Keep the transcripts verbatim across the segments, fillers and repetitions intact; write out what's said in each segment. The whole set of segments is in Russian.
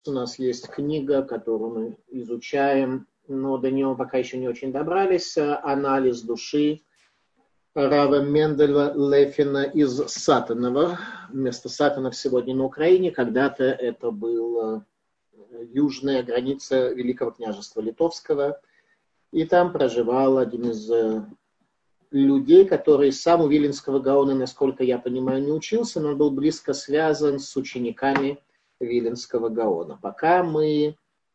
У нас есть книга, которую мы изучаем, но до нее пока еще не очень добрались. «Анализ души» Рава Менделя Лефина из Сатанова. Место Сатанов сегодня на Украине. Когда-то это была южная граница Великого княжества Литовского. И там проживал один из людей, который сам у Виленского Гаона, насколько я понимаю, не учился, но он был близко связан с учениками Виленского Гаона. Пока мы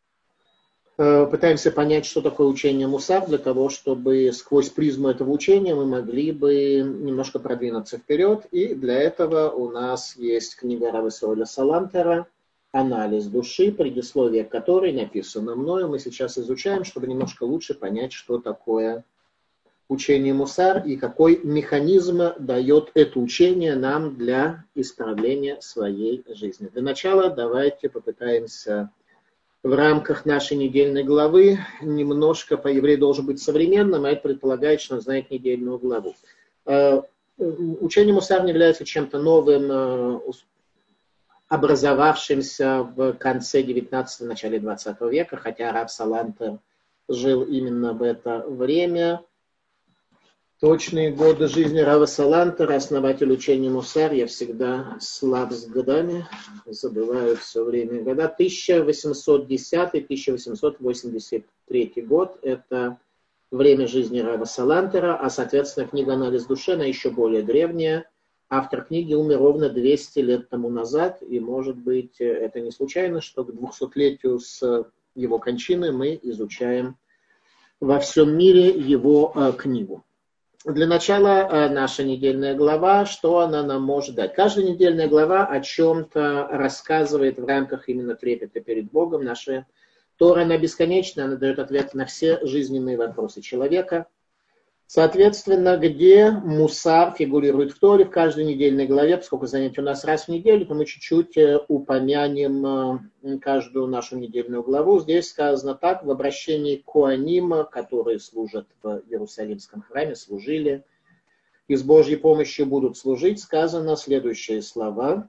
э, пытаемся понять, что такое учение Мусар, для того, чтобы сквозь призму этого учения мы могли бы немножко продвинуться вперед. И для этого у нас есть книга Рава Исроэля Салантера «Анализ души», предисловие которой написано мною. Мы сейчас изучаем, чтобы немножко лучше понять, что такое учение Мусар и какой механизм дает это учение нам для исправления своей жизни. Для начала давайте попытаемся в рамках нашей недельной главы немножко, по еврей должен быть современным, а это предполагает, что он знает недельную главу. Учение Мусар не является чем-то новым, образовавшимся в конце девятнадцатого, начале двадцатого века, хотя Рав Салантер жил именно в это время. Точные годы жизни Рава Салантера, основатель учения Мусар, я всегда слаб с годами, забываю все время года. тысяча восемьсот десятый — тысяча восемьсот восемьдесят третий год – это время жизни Рава Салантера, а, соответственно, книга «Анализ души», она еще более древняя. Автор книги умер ровно двести лет тому назад, и, может быть, это не случайно, что к двухсотлетию с его кончины мы изучаем во всем мире его э, книгу. Для начала наша недельная глава, что она нам может дать? Каждая недельная глава о чем-то рассказывает в рамках именно трепета перед Богом. Наша Тора, она бесконечна, она дает ответ на все жизненные вопросы человека. Соответственно, где Мусар фигурирует в Торе, в каждой недельной главе, поскольку занятие у нас раз в неделю, то мы чуть-чуть упомянем каждую нашу недельную главу. Здесь сказано так: в обращении к коаним, которые служат в Иерусалимском храме, служили и с Божьей помощью будут служить, сказано следующие слова.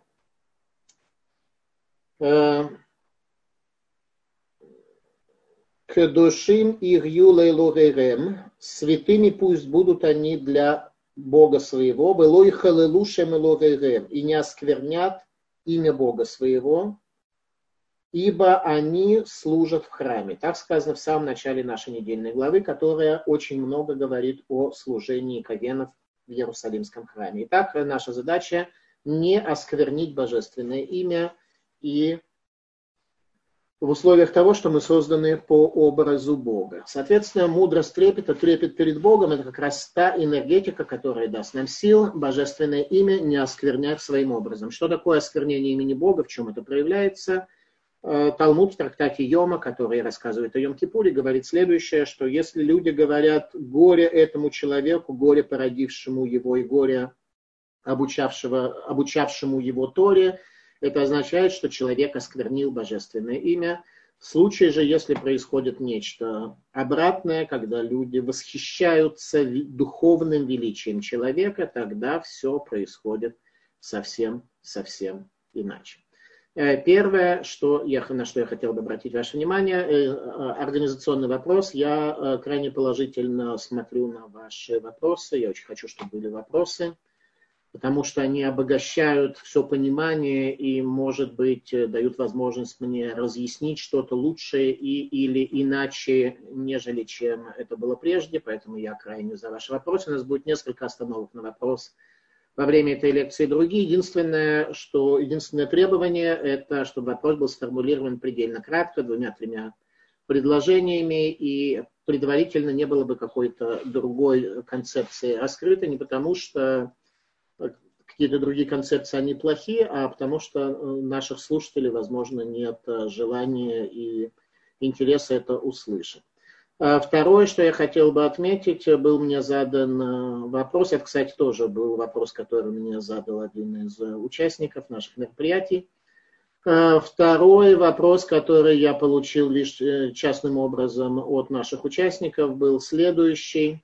Кедушим ирью лейлоререм, святыми пусть будут они для Бога своего, белой халелушем лоререм, и не осквернят имя Бога своего, ибо они служат в храме. Так сказано в самом начале нашей недельной главы, которая очень много говорит о служении коэнов в Иерусалимском храме. Итак, наша задача не осквернить божественное имя и в условиях того, что мы созданы по образу Бога. Соответственно, мудрость трепета, трепет перед Богом, это как раз та энергетика, которая даст нам сил божественное имя не осквернять своим образом. Что такое осквернение имени Бога, в чем это проявляется? Талмуд в трактате Йома, который рассказывает о Йом-Кипуре, говорит следующее, что если люди говорят горе этому человеку, горе породившему его и горе обучавшего, обучавшему его Торе, это означает, что человек осквернил божественное имя. В случае же, если происходит нечто обратное, когда люди восхищаются духовным величием человека, тогда все происходит совсем-совсем иначе. Первое, что я, на что я хотел бы обратить ваше внимание, организационный вопрос. Я крайне положительно смотрю на ваши вопросы. Я очень хочу, чтобы были вопросы, потому что они обогащают все понимание и, может быть, дают возможность мне разъяснить что-то лучше и, или иначе, нежели чем это было прежде. Поэтому я крайне за ваши вопросы. У нас будет несколько остановок на вопрос во время этой лекции. Другие. Единственное, что, единственное требование, это чтобы вопрос был сформулирован предельно кратко, двумя-тремя предложениями, и предварительно не было бы какой-то другой концепции раскрытой, не потому что какие-то другие концепции, они плохие, а потому что у наших слушателей, возможно, нет желания и интереса это услышать. Второе, что я хотел бы отметить, был мне задан вопрос, это, кстати, тоже был вопрос, который мне задал один из участников наших мероприятий. Второй вопрос, который я получил лишь частным образом от наших участников, был следующий.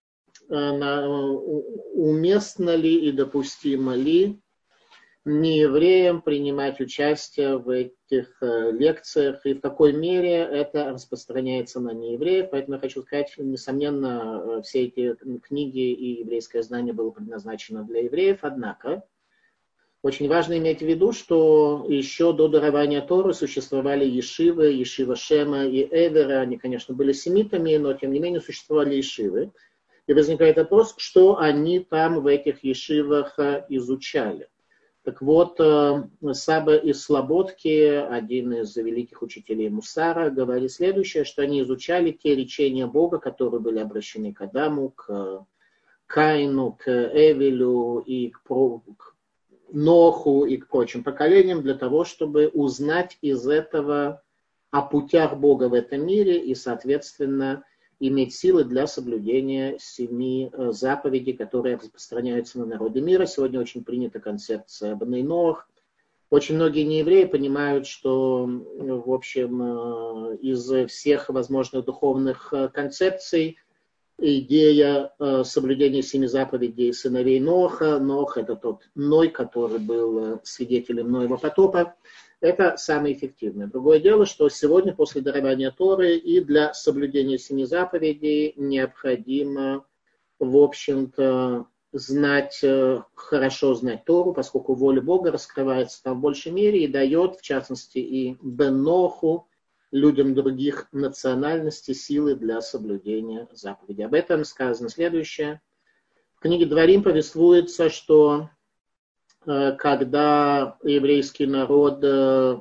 Уместно ли и допустимо ли неевреям принимать участие в этих лекциях, и в какой мере это распространяется на неевреев. Поэтому я хочу сказать, несомненно, все эти книги и еврейское знание было предназначено для евреев, однако очень важно иметь в виду, что еще до дарования Торы существовали ешивы, ешива Шема и Эвера. Они, конечно, были семитами, но тем не менее существовали ешивы. И возникает вопрос, что они там в этих ешивах изучали. Так вот, Саба из Слободки, один из великих учителей Мусара, говорит следующее, что они изучали те речения Бога, которые были обращены к Адаму, к Каину, к Эвелю и к Ноху и к прочим поколениям, для того, чтобы узнать из этого о путях Бога в этом мире и, соответственно, иметь силы для соблюдения семи заповедей, которые распространяются на народы мира. Сегодня очень принята концепция Бней Ноах. Очень многие неевреи понимают, что, в общем, из всех возможных духовных концепций идея соблюдения семи заповедей сыновей Ноха, Нох — это тот Ной, который был свидетелем Ноева потопа, это самое эффективное. Другое дело, что сегодня после дарования Торы и для соблюдения семи заповедей необходимо, в общем-то, знать, хорошо знать Тору, поскольку воля Бога раскрывается там в большей мере и дает, в частности, и Бен-Ноху, людям других национальностей, силы для соблюдения заповедей. Об этом сказано следующее. В книге Дворим повествуется, что э, когда еврейский народ э,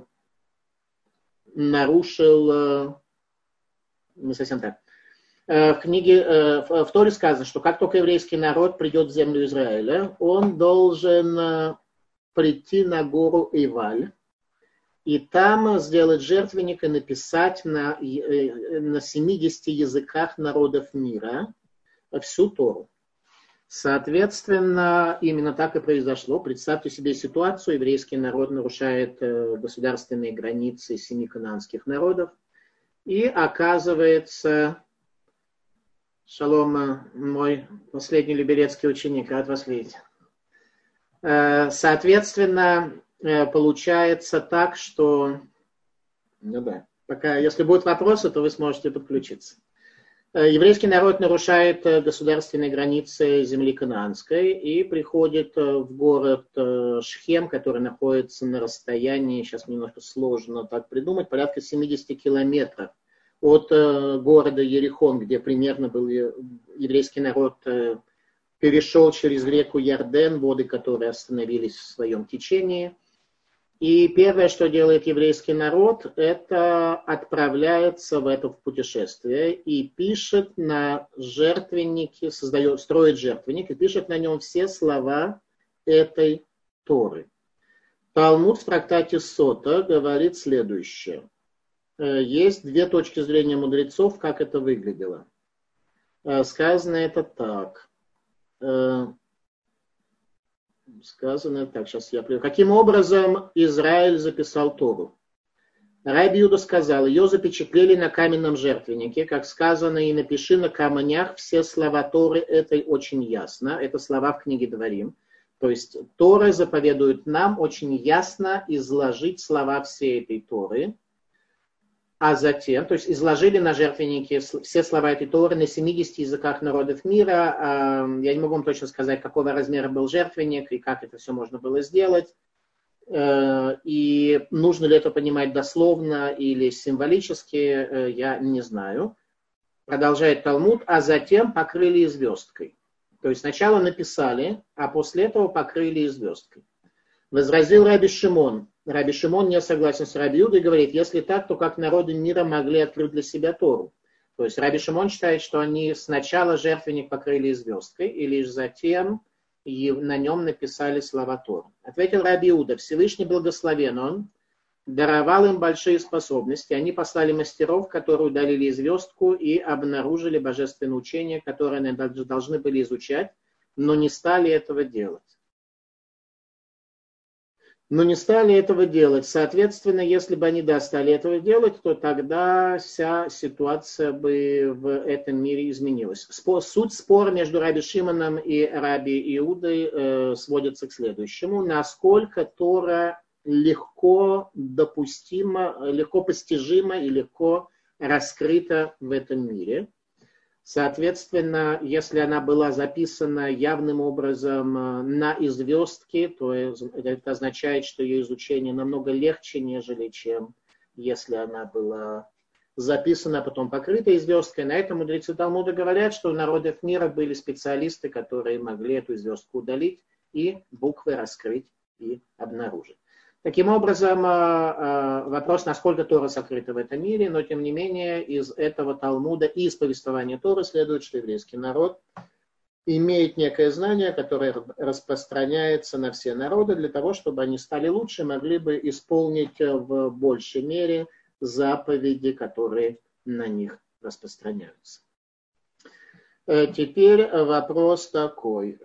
нарушил, э, не совсем так, э, в книге, э, в, в Торе сказано, что как только еврейский народ придет в землю Израиля, он должен э, прийти на гору Эйваль, и там сделать жертвенник и написать на, на семидесяти языках народов мира всю Тору. Соответственно, именно так и произошло. Представьте себе ситуацию, еврейский народ нарушает государственные границы семи кананских народов. И оказывается, шалом, мой последний люберецкий ученик, рад вас видеть. Соответственно, получается так, что, ну да, пока, если будут вопросы, то вы сможете подключиться. Еврейский народ нарушает государственные границы земли Канаанской и приходит в город Шхем, который находится на расстоянии, сейчас немножко сложно так придумать, порядка семидесяти километров от города Ерихон, где примерно был еврейский народ, перешел через реку Ярден, воды которой остановились в своем течении. И первое, что делает еврейский народ, это отправляется в это путешествие и пишет на жертвеннике, создает, строит жертвенник и пишет на нем все слова этой Торы. Талмуд в трактате Сота говорит следующее. Есть две точки зрения мудрецов, как это выглядело. Сказано это так. Сказано так, сейчас я приведу. Каким образом Израиль записал Тору? Раби Иуда сказал, ее запечатлели на каменном жертвеннике, как сказано, и напиши на камнях все слова Торы, это очень ясно. Это слова в книге Дворим. То есть Тора заповедует нам очень ясно изложить слова всей этой Торы. А затем, то есть изложили на жертвеннике все слова этой Торы на семидесяти языках народов мира. Я не могу вам точно сказать, какого размера был жертвенник и как это все можно было сделать. И нужно ли это понимать дословно или символически, я не знаю. Продолжает Талмуд, а затем покрыли звездкой. То есть сначала написали, а после этого покрыли звездкой. Возразил Раби Шимон. Раби Шимон не согласен с Раби Иудой и говорит, если так, то как народы мира могли открыть для себя Тору? То есть Раби Шимон считает, что они сначала жертвенник покрыли звездкой, и лишь затем и на нем написали слова Торы. Ответил Раби Иуда, Всевышний благословен он, даровал им большие способности. Они послали мастеров, которые удалили звездку и обнаружили божественное учение, которое они должны были изучать, но не стали этого делать. Но не стали этого делать. Соответственно, если бы они да, стали этого делать, то тогда вся ситуация бы в этом мире изменилась. Спор, суть спора между Раби Шимоном и Раби Иудой э, сводится к следующему. Насколько Тора легко допустима, легко постижима и легко раскрыта в этом мире. Соответственно, если она была записана явным образом на известке, то это означает, что ее изучение намного легче, нежели чем если она была записана, а потом покрыта звездкой. На этом мудрецы Талмуда говорят, что у народов мира были специалисты, которые могли эту звездку удалить и буквы раскрыть и обнаружить. Таким образом, вопрос, насколько Тора сокрыта в этом мире, но тем не менее из этого Талмуда и из повествования Торы следует, что еврейский народ имеет некое знание, которое распространяется на все народы для того, чтобы они стали лучше, могли бы исполнить в большей мере заповеди, которые на них распространяются. Теперь вопрос такой.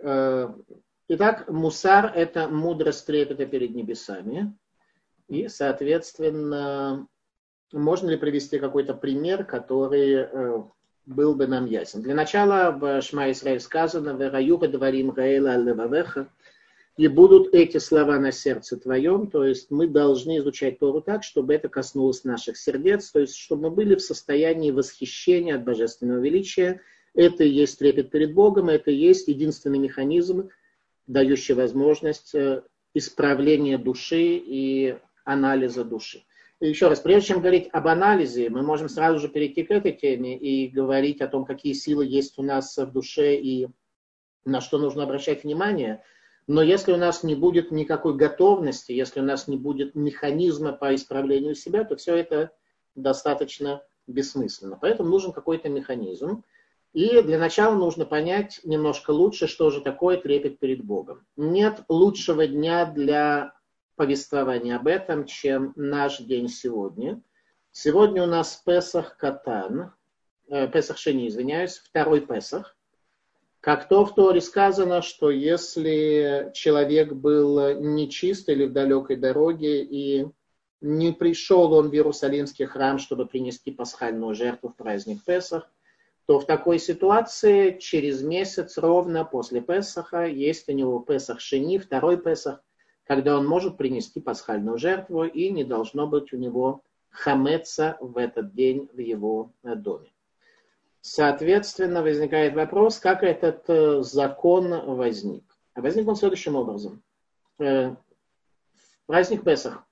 Итак, мусар – это мудрость трепета перед небесами. И, соответственно, можно ли привести какой-то пример, который был бы нам ясен? Для начала в Шма Исраэль сказано «Вераюха дварим гаэла аль-левавеха» и будут эти слова на сердце твоем, то есть мы должны изучать Тору так, чтобы это коснулось наших сердец, то есть чтобы мы были в состоянии восхищения от божественного величия. Это и есть трепет перед Богом, это и есть единственный механизм, дающий возможность исправления души и анализа души. И еще раз, прежде чем говорить об анализе, мы можем сразу же перейти к этой теме и говорить о том, какие силы есть у нас в душе и на что нужно обращать внимание. Но если у нас не будет никакой готовности, если у нас не будет механизма по исправлению себя, то все это достаточно бессмысленно. Поэтому нужен какой-то механизм. И для начала нужно понять немножко лучше, что же такое трепет перед Богом. Нет лучшего дня для повествования об этом, чем наш день сегодня. Сегодня у нас Песах Катан, э, Песах Шени, извиняюсь, второй Песах. Как то в Торе сказано, что если человек был нечист или в далекой дороге, и не пришел он в Иерусалимский храм, чтобы принести пасхальную жертву в праздник Песах, то в такой ситуации через месяц ровно после Песаха есть у него Песах Шени, второй Песах, когда он может принести пасхальную жертву, и не должно быть у него хамеца в этот день в его доме. Соответственно, возникает вопрос, как этот закон возник. Возник он следующим образом. В праздник Песах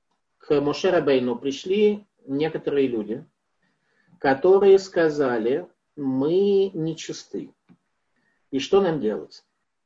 к Моше Рабейну пришли некоторые люди, которые сказали: мы нечисты. И что нам делать?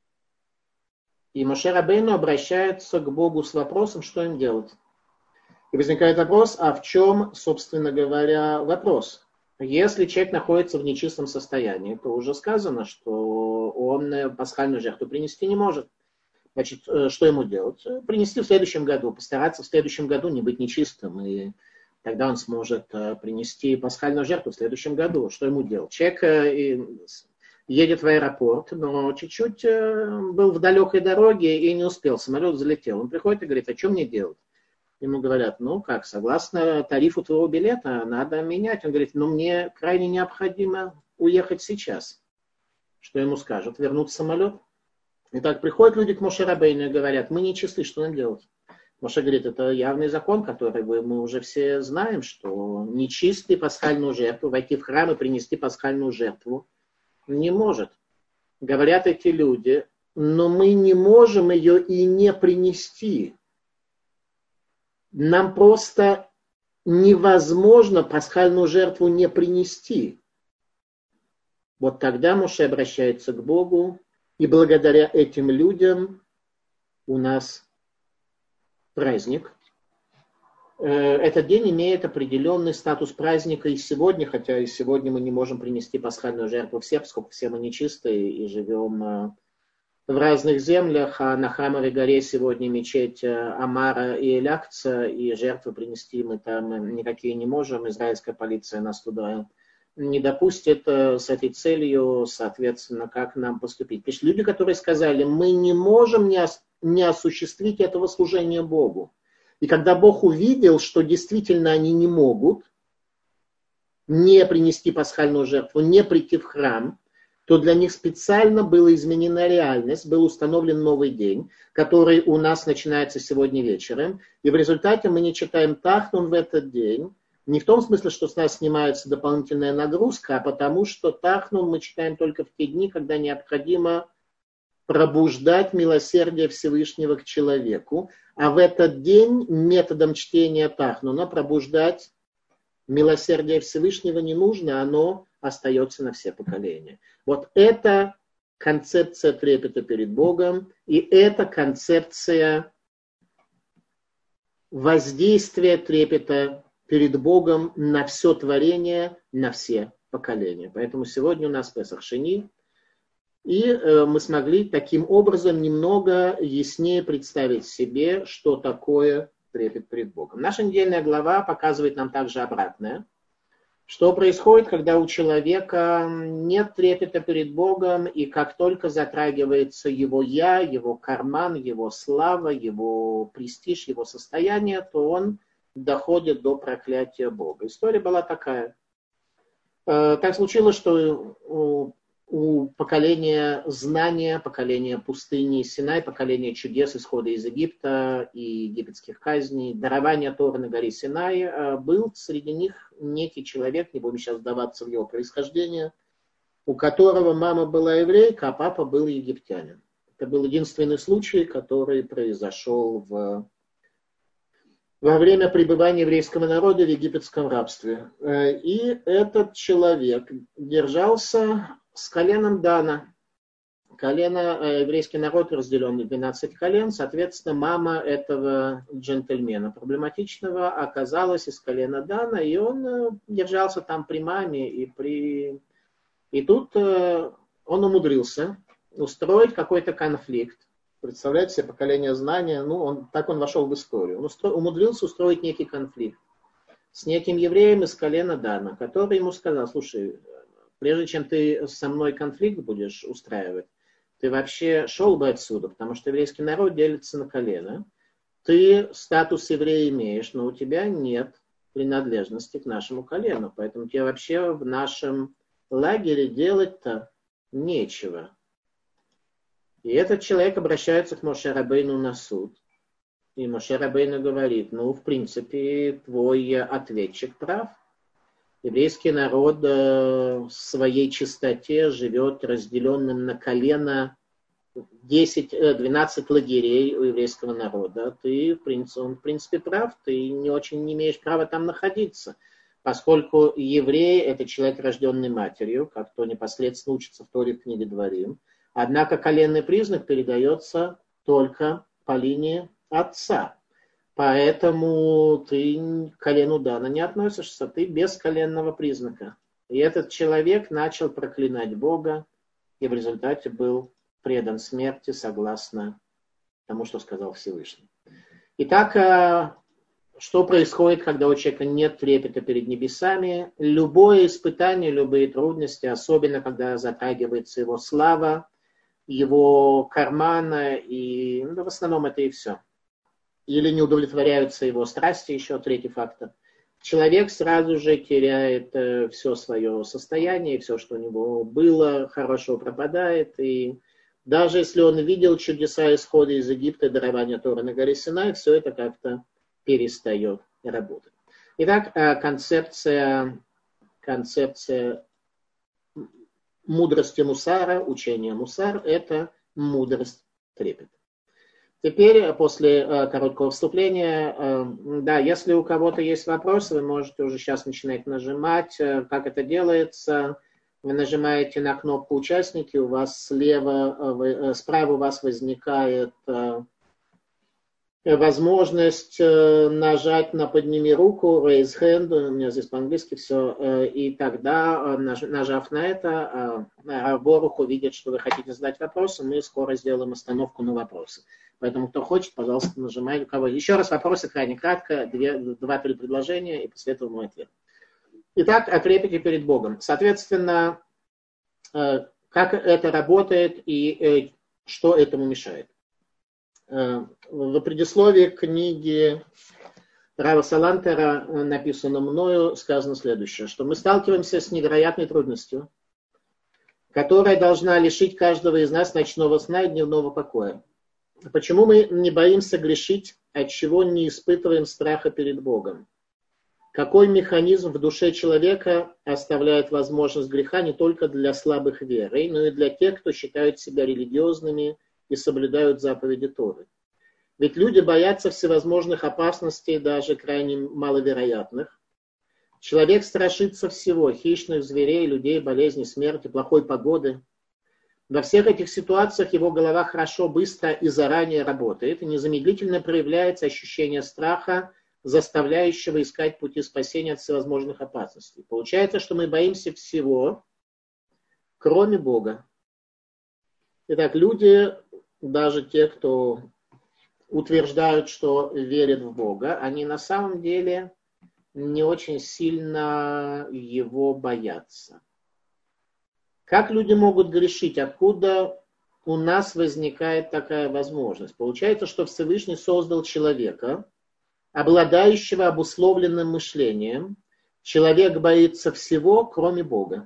И Моше Рабейну обращается к Богу с вопросом, что им делать. И возникает вопрос, а в чем, собственно говоря, вопрос? Если человек находится в нечистом состоянии, то уже сказано, что он пасхальную жертву принести не может. Значит, что ему делать? Принести в следующем году, постараться в следующем году не быть нечистым, и тогда он сможет принести пасхальную жертву в следующем году. Что ему делать? Человек едет в аэропорт, но чуть-чуть был в далекой дороге и не успел, самолет залетел. Он приходит и говорит: а что мне делать? Ему говорят: ну как, согласно тарифу твоего билета, надо менять. Он говорит: ну мне крайне необходимо уехать сейчас. Что ему скажут? Вернуть самолет? Итак, приходят люди к Моше Рабейну и говорят: мы нечисты, что нам делать? Моше говорит: это явный закон, который мы уже все знаем, что нечистый пасхальную жертву, войти в храм и принести пасхальную жертву не может. Говорят эти люди: но мы не можем ее и не принести. Нам просто невозможно пасхальную жертву не принести. Вот тогда Моше обращается к Богу, и благодаря этим людям у нас праздник. Этот день имеет определенный статус праздника и сегодня, хотя и сегодня мы не можем принести пасхальную жертву все, поскольку все мы нечистые и живем в разных землях, а на Храмовой горе сегодня мечеть Амара и Элякца, и жертвы принести мы там никакие не можем. Израильская полиция нас туда не допустит с этой целью, соответственно, как нам поступить. Пишут люди, которые сказали: мы не можем не, ос- не осуществить этого служения Богу. И когда Бог увидел, что действительно они не могут не принести пасхальную жертву, не прийти в храм, то для них специально была изменена реальность, был установлен новый день, который у нас начинается сегодня вечером, и в результате мы не читаем Тахнун в этот день, не в том смысле, что с нас снимается дополнительная нагрузка, а потому что Тахнун мы читаем только в те дни, когда необходимо пробуждать милосердие Всевышнего к человеку, а в этот день методом чтения Тахнуна пробуждать милосердие Всевышнего не нужно, оно остается на все поколения. Вот это концепция трепета перед Богом, и это концепция воздействия трепета перед Богом на все творение, на все поколения. Поэтому сегодня у нас Песах Шени, и э, мы смогли таким образом немного яснее представить себе, что такое трепет перед Богом. Наша недельная глава показывает нам также обратное. Что происходит, когда у человека нет трепета перед Богом, и как только затрагивается его «я», его карман, его слава, его престиж, его состояние, то он доходит до проклятия Бога. История была такая. Так случилось, что у, у поколения знания, поколения пустыни Синай, поколения чудес, исхода из Египта и египетских казней, дарования Торы на горе Синай, был среди них некий человек, не будем сейчас вдаваться в его происхождение, у которого мама была еврейка, а папа был египтянин. Это был единственный случай, который произошел в во время пребывания еврейского народа в египетском рабстве. И этот человек держался с коленом Дана. Колено, еврейский народ разделен на двенадцать колен, соответственно, мама этого джентльмена проблематичного оказалась из колена Дана, и он держался там при маме, и, при... и тут он умудрился устроить какой-то конфликт. Представляете себе, поколение знания, ну, он, так он вошел в историю. Он устро, умудрился устроить некий конфликт с неким евреем из колена Дана, который ему сказал: слушай, прежде чем ты со мной конфликт будешь устраивать, ты вообще шел бы отсюда, потому что еврейский народ делится на колено. Ты статус еврея имеешь, но у тебя нет принадлежности к нашему колену, поэтому тебе вообще в нашем лагере делать-то нечего. И этот человек обращается к Моше Рабейну на суд. И Моше Рабейну говорит: ну, в принципе, твой ответчик прав. Еврейский народ в своей чистоте живет разделенным на колено десять-двенадцать лагерей у еврейского народа. Ты, в принципе, он, в принципе, прав. Ты не очень не имеешь права там находиться. Поскольку еврей – это человек, рожденный матерью, как то непосредственно учится в Торе в книге Дворим. Однако коленный признак передается только по линии отца. Поэтому ты к колену Дана не относишься, ты без коленного признака. И этот человек начал проклинать Бога, и в результате был предан смерти согласно тому, что сказал Всевышний. Итак, что происходит, когда у человека нет трепета перед небесами? Любое испытание, любые трудности, особенно когда затрагивается его слава, его кармана, и ну, в основном это и все. Или не удовлетворяются его страсти, еще третий фактор. Человек сразу же теряет э, все свое состояние, все, что у него было, хорошо пропадает. И даже если он видел чудеса исхода из Египта, дарования Торы на горе Синай, все это как-то перестает работать. Итак, э, концепция, концепция мудрости Мусара, учение Мусар – это мудрость трепета. Теперь, после э, короткого вступления, э, да, если у кого-то есть вопросы, вы можете уже сейчас начинать нажимать. Э, как это делается? Вы нажимаете на кнопку «Участники», у вас слева, э, вы, э, справа у вас возникает э, возможность э, нажать на «Подними руку», «Raise hand», у меня здесь по-английски все, э, и тогда, э, наж, нажав на это, э, Борух увидит, что вы хотите задать вопросы, мы скоро сделаем остановку на вопросы. Поэтому, кто хочет, пожалуйста, нажимайте. У кого еще раз вопросы крайне кратко, две, два-три предложения, и после этого мой ответ. Итак, о трепете перед Богом. Соответственно, э, как это работает и э, что этому мешает. В предисловии книги Рава Салантера, написано мною, сказано следующее, что мы сталкиваемся с невероятной трудностью, которая должна лишить каждого из нас ночного сна и дневного покоя. Почему мы не боимся грешить, от чего не испытываем страха перед Богом? Какой механизм в душе человека оставляет возможность греха не только для слабых верой, но и для тех, кто считают себя религиозными и соблюдают заповеди Торы? Ведь люди боятся всевозможных опасностей, даже крайне маловероятных. Человек страшится всего: хищных зверей, людей, болезней, смерти, плохой погоды. Во всех этих ситуациях его голова хорошо, быстро и заранее работает, и незамедлительно проявляется ощущение страха, заставляющего искать пути спасения от всевозможных опасностей. Получается, что мы боимся всего, кроме Бога. Итак, люди, даже те, кто утверждают, что верят в Бога, они на самом деле не очень сильно его боятся. Как люди могут грешить? Откуда у нас возникает такая возможность? Получается, что Всевышний создал человека, обладающего обусловленным мышлением. Человек боится всего, кроме Бога.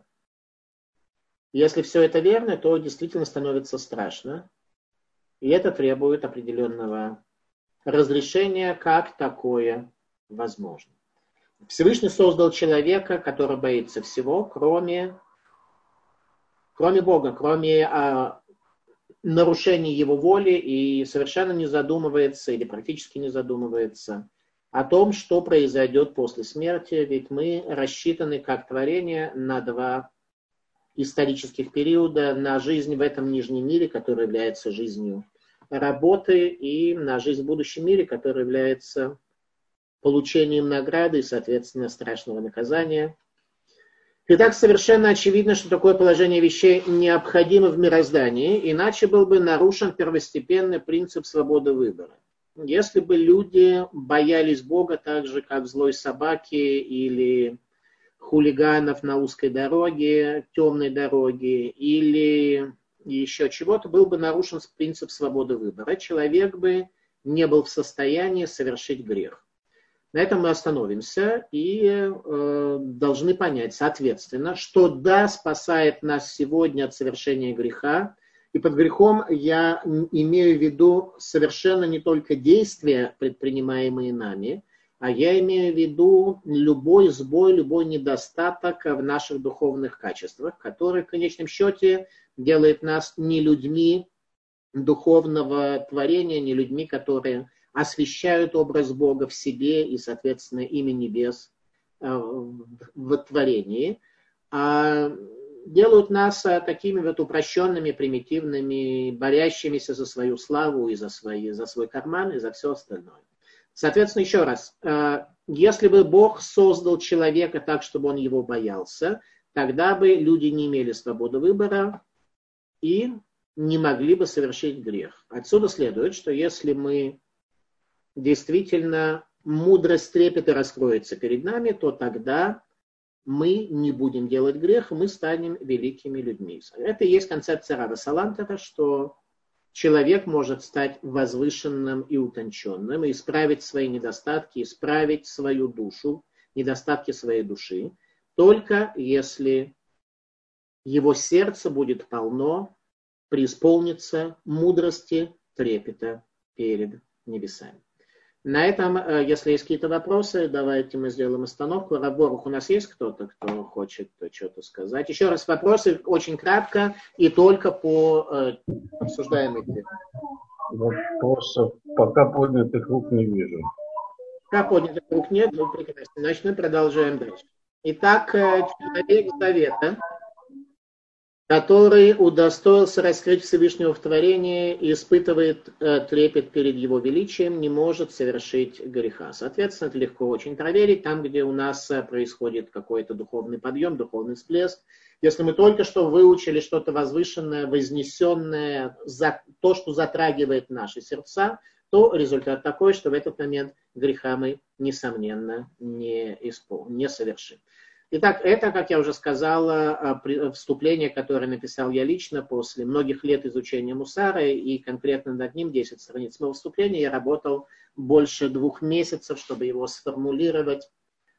Если все это верно, то действительно становится страшно. И это требует определенного разрешения, как такое возможно. Всевышний создал человека, который боится всего, кроме, кроме Бога, кроме а, нарушения его воли, и совершенно не задумывается или практически не задумывается о том, что произойдет после смерти. Ведь мы рассчитаны как творение на два исторических периода: на жизнь в этом нижнем мире, который является жизнью работы, и на жизнь в будущем мире, который является получением награды и, соответственно, страшного наказания. Итак, совершенно очевидно, что такое положение вещей необходимо в мироздании, иначе был бы нарушен первостепенный принцип свободы выбора. Если бы люди боялись Бога так же, как злой собаки или хулиганов на узкой дороге, темной дороге, или еще чего-то, был бы нарушен принцип свободы выбора. Человек бы не был в состоянии совершить грех. На этом мы остановимся и э, должны понять, соответственно, что да, спасает нас сегодня от совершения греха. И под грехом я имею в виду совершенно не только действия, предпринимаемые нами, а я имею в виду любой сбой, любой недостаток в наших духовных качествах, который в конечном счете делает нас не людьми духовного творения, не людьми, которые освещают образ Бога в себе и, соответственно, имя небес в творении, а делают нас такими вот упрощенными, примитивными, борящимися за свою славу и за, свои, за свой карман и за все остальное. Соответственно, еще раз, если бы Бог создал человека так, чтобы он его боялся, тогда бы люди не имели свободы выбора и не могли бы совершить грех. Отсюда следует, что если мы действительно мудрость трепета раскроется перед нами, то тогда мы не будем делать грех, мы станем великими людьми. Это и есть концепция Рава Салантера, что человек может стать возвышенным и утонченным, и исправить свои недостатки, исправить свою душу, недостатки своей души, только если его сердце будет полно, преисполнится мудрости трепета перед небесами. На этом, если есть какие-то вопросы, давайте мы сделаем остановку. Рав Борух, у нас есть кто-то, кто хочет что-то сказать? Еще раз вопросы очень кратко и только по э, обсуждаемой теме. Вопросов пока поднятых рук не вижу. Пока поднятых рук нет, ну прекрасно. Значит, мы продолжаем дальше. Итак, человек завета, который удостоился раскрыть Всевышнего в творении и испытывает э, трепет перед его величием, не может совершить греха. Соответственно, это легко очень проверить, там, где у нас э, происходит какой-то духовный подъем, духовный всплеск. Если мы только что выучили что-то возвышенное, вознесенное, за то, что затрагивает наши сердца, то результат такой, что в этот момент греха мы, несомненно, не, испол... не совершим. Итак, это, как я уже сказала, вступление, которое написал я лично после многих лет изучения Мусара, и конкретно над ним десять страниц моего вступления. Я работал больше двух месяцев, чтобы его сформулировать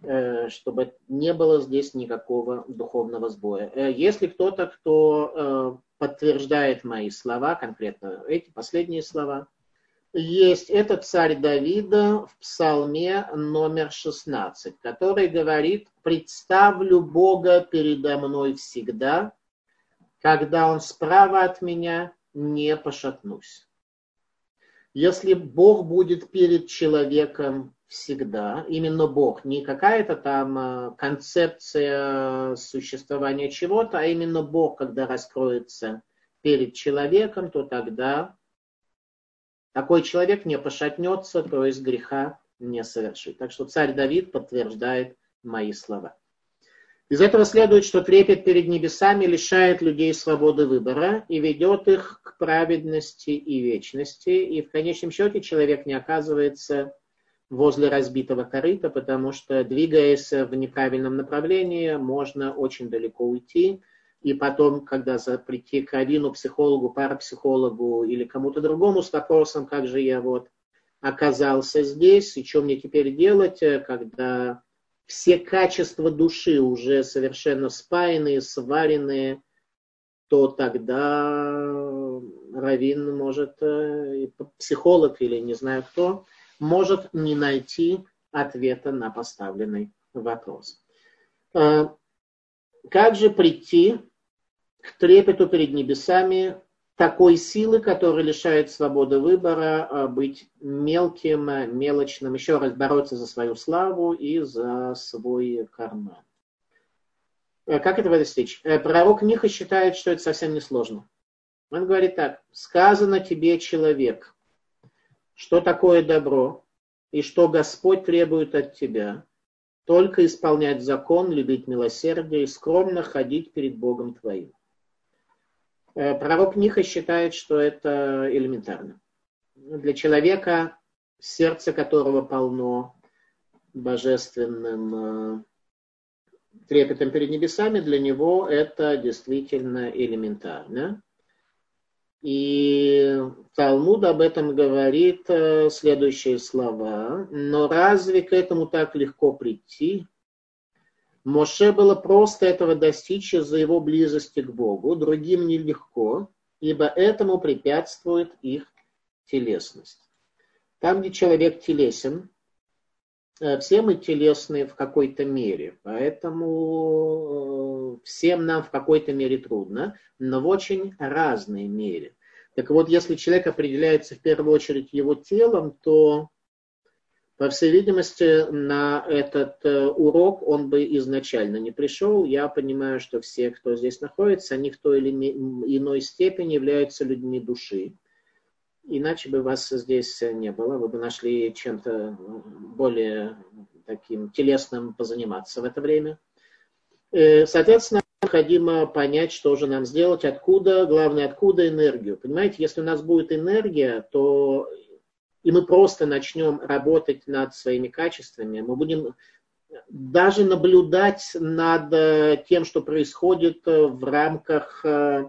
чтобы не было здесь никакого духовного сбоя. Если кто-то, кто подтверждает мои слова, конкретно эти последние слова, есть это царь Давида в псалме номер шестнадцать, который говорит: «Представлю Бога передо мной всегда, когда Он справа от меня, не пошатнусь». Если Бог будет перед человеком всегда, именно Бог, не какая-то там концепция существования чего-то, а именно Бог, когда раскроется перед человеком, то тогда такой человек не пошатнется, то есть греха не совершит. Так что царь Давид подтверждает мои слова. Из этого следует, что трепет перед небесами лишает людей свободы выбора и ведет их к праведности и вечности. И в конечном счете человек не оказывается возле разбитого корыта, потому что, двигаясь в неправильном направлении, можно очень далеко уйти. И потом, когда прийти к раввину, психологу, парапсихологу или кому-то другому с вопросом, как же я вот оказался здесь, и что мне теперь делать, когда все качества души уже совершенно спаянные, сваренные, то тогда раввин может, психолог или не знаю кто, может не найти ответа на поставленный вопрос. Как же прийти к трепету перед небесами такой силы, которая лишает свободы выбора, быть мелким, мелочным, еще раз бороться за свою славу и за свой карман? Как этого достичь? Пророк Миха считает, что это совсем несложно. Он говорит так: «Сказано тебе, человек, что такое добро и что Господь требует от тебя, только исполнять закон, любить милосердие и скромно ходить перед Богом твоим». Пророк Миха считает, что это элементарно. Для человека, сердце которого полно божественным трепетом перед небесами, для него это действительно элементарно. И Талмуд об этом говорит следующие слова: «Но разве к этому так легко прийти? Моше было просто этого достичь из-за его близости к Богу, другим нелегко, ибо этому препятствует их телесность». Там, где человек телесен, все мы телесны в какой-то мере, поэтому всем нам в какой-то мере трудно, но в очень разной мере. Так вот, если человек определяется в первую очередь его телом, то, по всей видимости, на этот урок он бы изначально не пришел. Я понимаю, что все, кто здесь находится, они в той или иной степени являются людьми души. Иначе бы вас здесь не было, вы бы нашли чем-то более таким телесным позаниматься в это время. Соответственно, необходимо понять, что же нам сделать, откуда, главное, откуда энергию. Понимаете, если у нас будет энергия, то и мы просто начнем работать над своими качествами, мы будем даже наблюдать над тем, что происходит в рамках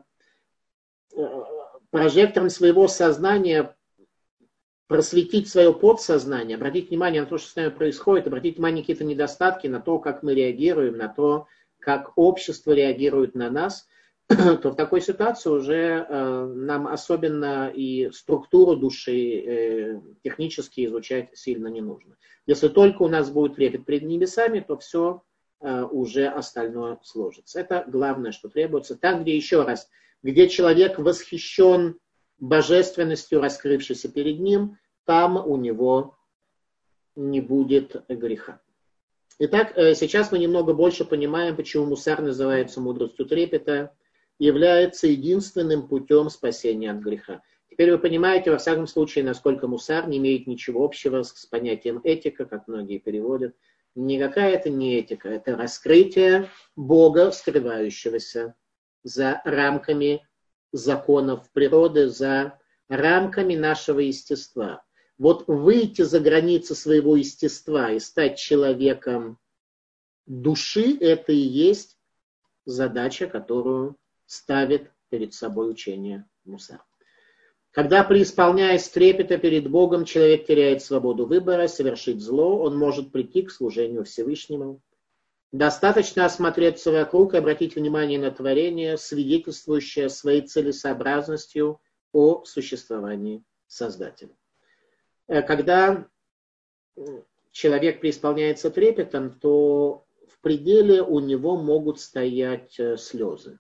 прожектором своего сознания, просветить свое подсознание, обратить внимание на то, что с нами происходит, обратить внимание на какие-то недостатки, на то, как мы реагируем, на то, как общество реагирует на нас, то в такой ситуации уже э, нам особенно и структуру души э, технически изучать сильно не нужно. Если только у нас будет трепет перед небесами, то все э, уже остальное сложится. Это главное, что требуется. Там, где еще раз, где человек восхищен божественностью, раскрывшейся перед ним, там у него не будет греха. Итак, сейчас мы немного больше понимаем, почему мусар называется мудростью трепета, является единственным путем спасения от греха. Теперь вы понимаете, во всяком случае, насколько мусар не имеет ничего общего с понятием этика, как многие переводят. Никакая это не этика, это раскрытие Бога, скрывающегося за рамками законов природы, за рамками нашего естества. Вот выйти за границы своего естества и стать человеком души, это и есть задача, которую ставит перед собой учение мусар. Когда, преисполняясь трепета перед Богом, человек теряет свободу выбора, совершить зло, он может прийти к служению Всевышнему. Достаточно осмотреться вокруг и обратить внимание на творение, свидетельствующее своей целесообразностью о существовании Создателя. Когда человек преисполняется трепетом, то в пределе у него могут стоять слезы.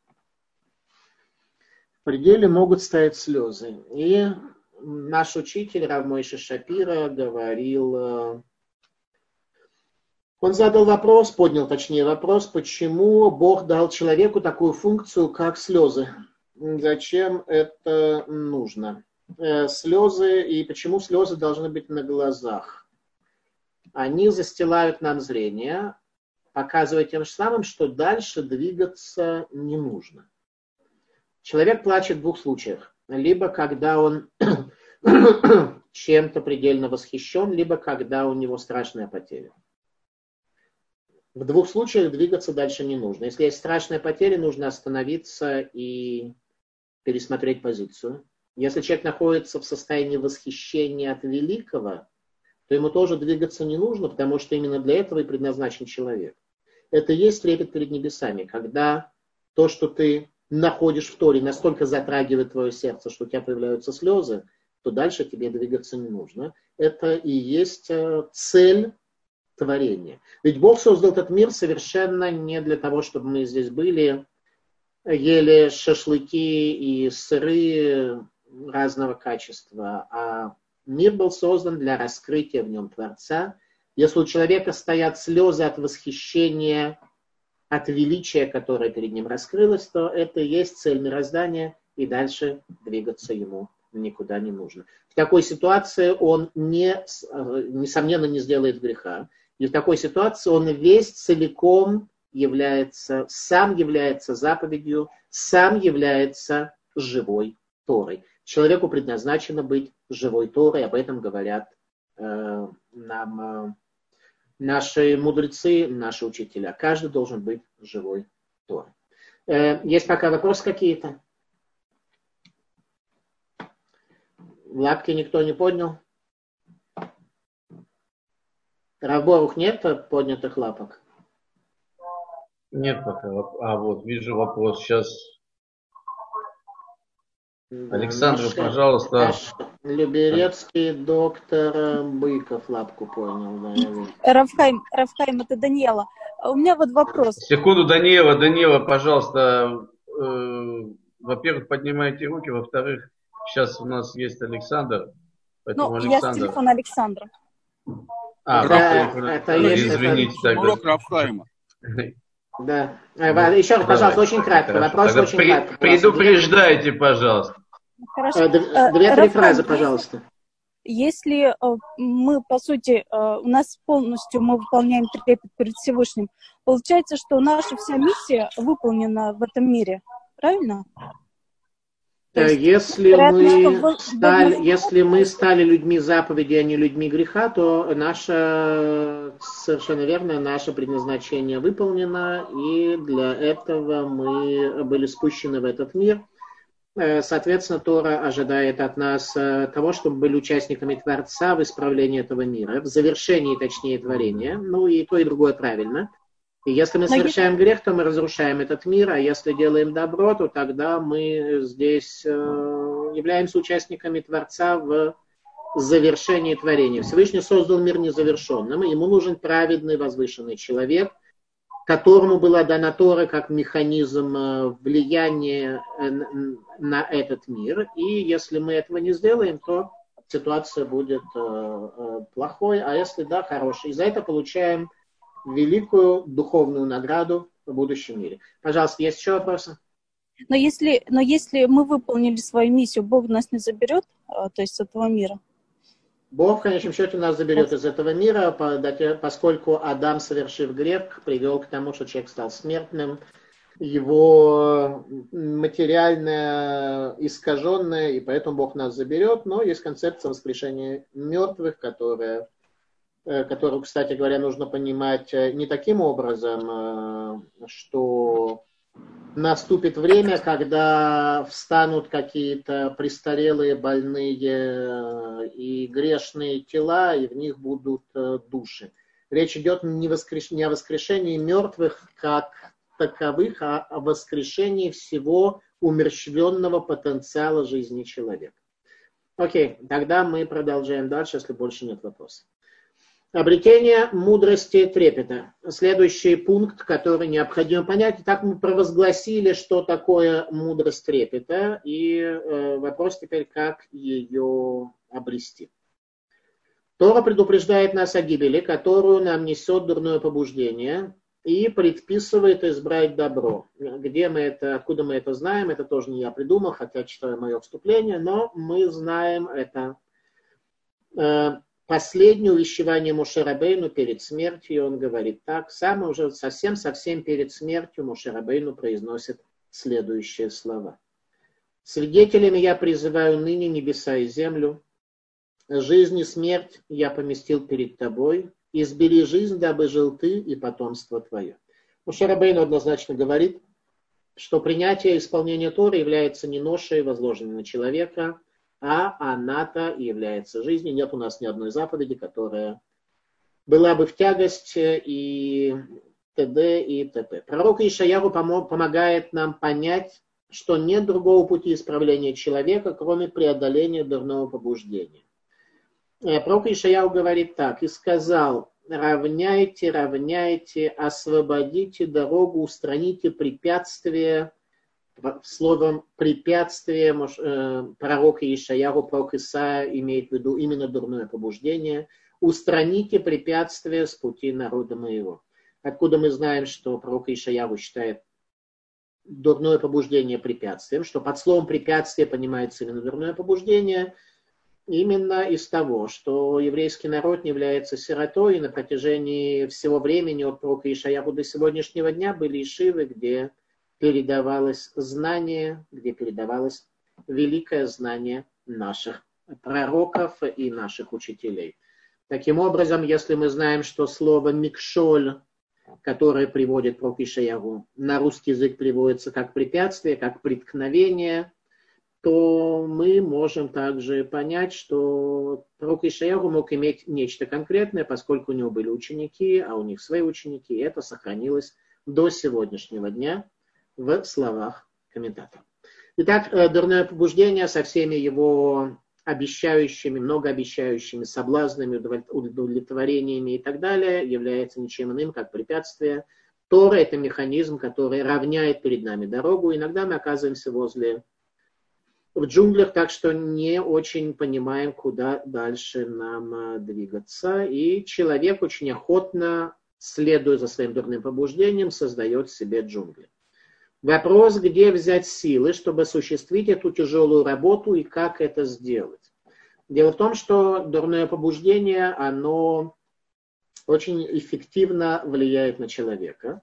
В пределе могут стоять слезы. И наш учитель Рав Мойше Шапира говорил, он задал вопрос, поднял точнее вопрос, почему Бог дал человеку такую функцию, как слезы. Зачем это нужно? Слезы, и почему слезы должны быть на глазах? Они застилают нам зрение, показывая тем самым, что дальше двигаться не нужно. Человек плачет в двух случаях. Либо когда он чем-то предельно восхищен, либо когда у него страшная потеря. В двух случаях двигаться дальше не нужно. Если есть страшная потеря, нужно остановиться и пересмотреть позицию. Если человек находится в состоянии восхищения от великого, то ему тоже двигаться не нужно, потому что именно для этого и предназначен человек. Это и есть трепет перед небесами, когда то, что ты находишь в Торе, настолько затрагивает твое сердце, что у тебя появляются слезы, то дальше тебе двигаться не нужно. Это и есть цель творения. Ведь Бог создал этот мир совершенно не для того, чтобы мы здесь были, ели шашлыки и сыры разного качества, а мир был создан для раскрытия в нем Творца. Если у человека стоят слезы от восхищения, от величия, которое перед ним раскрылось, то это и есть цель мироздания, и дальше двигаться ему никуда не нужно. В такой ситуации он, не, несомненно, не сделает греха. И в такой ситуации он весь целиком является, сам является заповедью, сам является живой Торой. Человеку предназначено быть живой Торой, об этом говорят э, нам э, наши мудрецы, наши учителя. Каждый должен быть живой Торой. Э, есть пока вопросы какие-то? Лапки никто не поднял? Рав Борух, нет поднятых лапок? Нет пока. А вот, вижу вопрос сейчас. Да, Александр, наш, пожалуйста. Наш Люберецкий доктор Быков лапку понял. Да, Равхайм, Равхайм, это Даниэла. У меня вот вопрос. Секунду, Даниэла, Даниэла, пожалуйста. Э, во-первых, поднимайте руки. Во-вторых, сейчас у нас есть Александр. Поэтому Ну, Александр... я с телефона Александра. А, это, это извините. Это... Урок Равхайма. Да. Еще раз, пожалуйста, очень кратко. Хорошо. Вопрос Тогда очень при, кратко. Предупреждайте, пожалуйста. Хорошо. Две-три фразы, пожалуйста. Если мы, по сути, у нас полностью мы выполняем трепет перед Всевышним, получается, что наша вся миссия выполнена в этом мире. Правильно? Есть, если, мы стали, если мы стали людьми заповеди, а не людьми греха, то наше, совершенно верно, наше предназначение выполнено, и для этого мы были спущены в этот мир. Соответственно, Тора ожидает от нас того, чтобы были участниками Творца в исправлении этого мира, в завершении, точнее, творения. Ну и то, и другое правильно. И если мы совершаем грех, то мы разрушаем этот мир, а если делаем добро, то тогда мы здесь являемся участниками Творца в завершении творения. Всевышний создал мир незавершенным, и ему нужен праведный, возвышенный человек, которому была дана Тора как механизм влияния на этот мир. И если мы этого не сделаем, то ситуация будет плохой, а если да, хорошей. И за это получаем великую духовную награду в будущем мире. Пожалуйста, есть еще вопросы? Но если, но если мы выполнили свою миссию, Бог нас не заберет, то есть с этого мира? Бог в конечном счете нас заберет из этого мира, поскольку Адам, совершив грех, привел к тому, что человек стал смертным, его материальное искаженное, и поэтому Бог нас заберет. Но есть концепция воскрешения мертвых, которая которую, кстати говоря, нужно понимать не таким образом, что наступит время, когда встанут какие-то престарелые, больные и грешные тела, и в них будут души. Речь идет не, воскреш... не о воскрешении мертвых как таковых, а о воскрешении всего умерщвленного потенциала жизни человека. Окей, тогда мы продолжаем дальше, если больше нет вопросов. Обретение мудрости трепета. Следующий пункт, который необходимо понять. Итак, мы провозгласили, что такое мудрость трепета, и э, вопрос теперь, как ее обрести. Тора предупреждает нас о гибели, которую нам несет дурное побуждение, и предписывает избрать добро. Где мы это, откуда мы это знаем, это тоже не я придумал, хотя читаю мое вступление, но мы знаем это. Э, Последнее увещевание Моше Рабейну перед смертью, он говорит так, сам уже совсем-совсем перед смертью Моше Рабейну произносит следующие слова. «Свидетелями я призываю ныне небеса и землю, жизнь и смерть я поместил перед тобой, избери жизнь, дабы жил ты и потомство твое». Моше Рабейну однозначно говорит, что принятие и исполнение Торы является не ношей, возложенной на человека, а она-то является жизнью. Нет у нас ни одной заповеди, которая была бы в тягость и т.д. и т.п. Пророк Ишаяху помогает нам понять, что нет другого пути исправления человека, кроме преодоления дурного побуждения. Пророк Ишаяху говорит так: «И сказал, равняйте, равняйте, освободите дорогу, устраните препятствия». Словом препятствие пророк Ишаяху, пророк Исаия имеет в виду именно дурное побуждение. «Устраните препятствия с пути народа моего». Откуда мы знаем, что пророк Ишаяху считает дурное побуждение препятствием, что под словом препятствие понимается именно дурное побуждение, именно из того, что еврейский народ не является сиротой, и на протяжении всего времени от пророка Ишаяху до сегодняшнего дня были ишивы, где передавалось знание, где передавалось великое знание наших пророков и наших учителей. Таким образом, если мы знаем, что слово «микшоль», которое приводит пророк Ишаяху, на русский язык приводится как препятствие, как преткновение, то мы можем также понять, что пророк Ишаяху мог иметь нечто конкретное, поскольку у него были ученики, а у них свои ученики, и это сохранилось до сегодняшнего дня в словах комментаторов. Итак, дурное побуждение со всеми его обещающими, многообещающими соблазнами, удовлетворениями и так далее является ничем иным, как препятствие. Тора – это механизм, который равняет перед нами дорогу. Иногда мы оказываемся возле в джунглях, так что не очень понимаем, куда дальше нам двигаться. И человек очень охотно, следуя за своим дурным побуждением, создает себе джунгли. Вопрос, где взять силы, чтобы осуществить эту тяжелую работу и как это сделать. Дело в том, что дурное побуждение, оно очень эффективно влияет на человека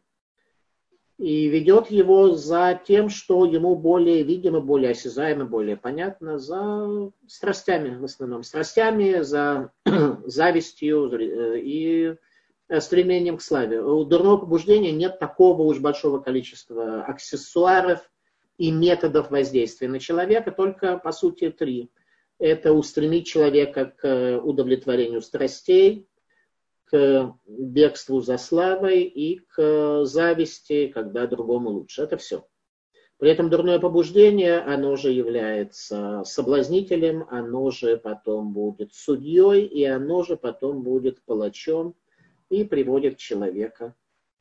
и ведет его за тем, что ему более видимо, более осязаемо, более понятно, за страстями в основном. Страстями, за завистью и стремлением к славе. У дурного побуждения нет такого уж большого количества аксессуаров и методов воздействия на человека, только, по сути, три. Это устремить человека к удовлетворению страстей, к бегству за славой и к зависти, когда другому лучше. Это все. При этом дурное побуждение, оно же является соблазнителем, оно же потом будет судьей, и оно же потом будет палачом, и приводит человека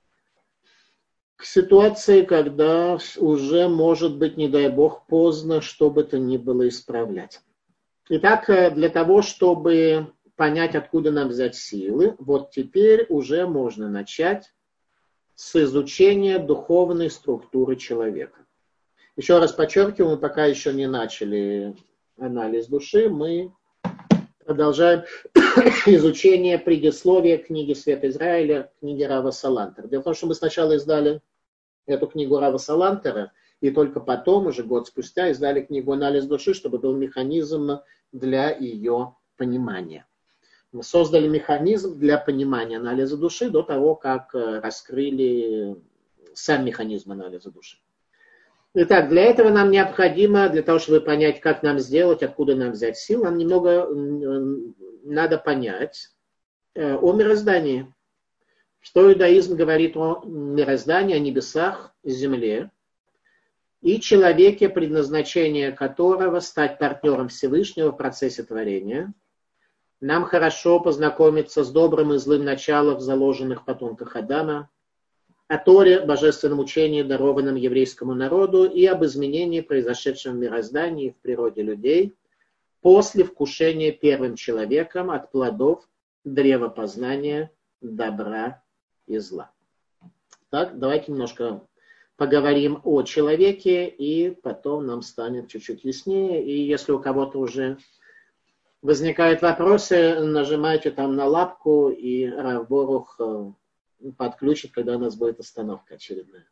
к ситуации, когда уже, может быть, не дай бог, поздно что бы то ни было исправлять. Итак, для того, чтобы понять, откуда нам взять силы, вот теперь уже можно начать с изучения духовной структуры человека. Еще раз подчеркиваю, мы пока еще не начали анализ души, мы продолжаем изучение предисловия книги «Свет Израиля», книги Рава Салантера. Дело в том, что мы сначала издали эту книгу Рава Салантера, и только потом, уже год спустя, издали книгу «Анализ души», чтобы был механизм для ее понимания. Мы создали механизм для понимания анализа души до того, как раскрыли сам механизм анализа души. Итак, для этого нам необходимо, для того, чтобы понять, как нам сделать, откуда нам взять сил, нам немного надо понять о мироздании. Что иудаизм говорит о мироздании, о небесах, земле и человеке, предназначение которого стать партнером Всевышнего в процессе творения. Нам хорошо познакомиться с добрым и злым началом, заложенных в потомках Адама, о Торе, божественном учении, дарованном еврейскому народу, и об изменении, произошедшем в мироздании и в природе людей после вкушения первым человеком от плодов древа познания добра и зла. Так, давайте немножко поговорим о человеке, и потом нам станет чуть-чуть яснее. И если у кого-то уже возникают вопросы, нажимайте там на лапку, и Рав Борух подключит, когда у нас будет остановка очередная.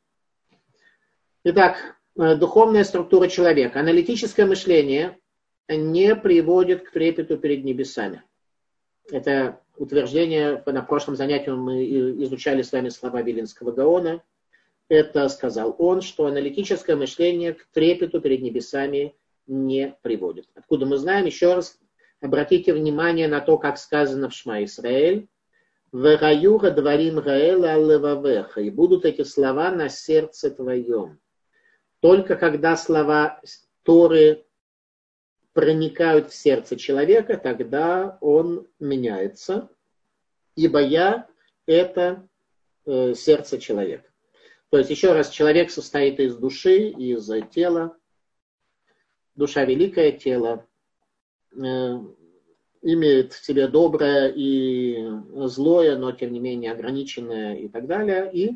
Итак, духовная структура человека. Аналитическое мышление не приводит к трепету перед небесами. Это утверждение, на прошлом занятии мы изучали с вами слова Вилинского Гаона. Это сказал он, что аналитическое мышление к трепету перед небесами не приводит. Откуда мы знаем? Еще раз обратите внимание на то, как сказано в Шма Исраэль. «Вараюра дварим гаэла аллевавеха». И будут эти слова на сердце твоем. Только когда слова Торы проникают в сердце человека, тогда он меняется. Ибо я – это э, сердце человека. То есть, еще раз, человек состоит из души, из тела. Душа – великое тело. Э, имеет в себе доброе и злое, но тем не менее ограниченное и так далее. И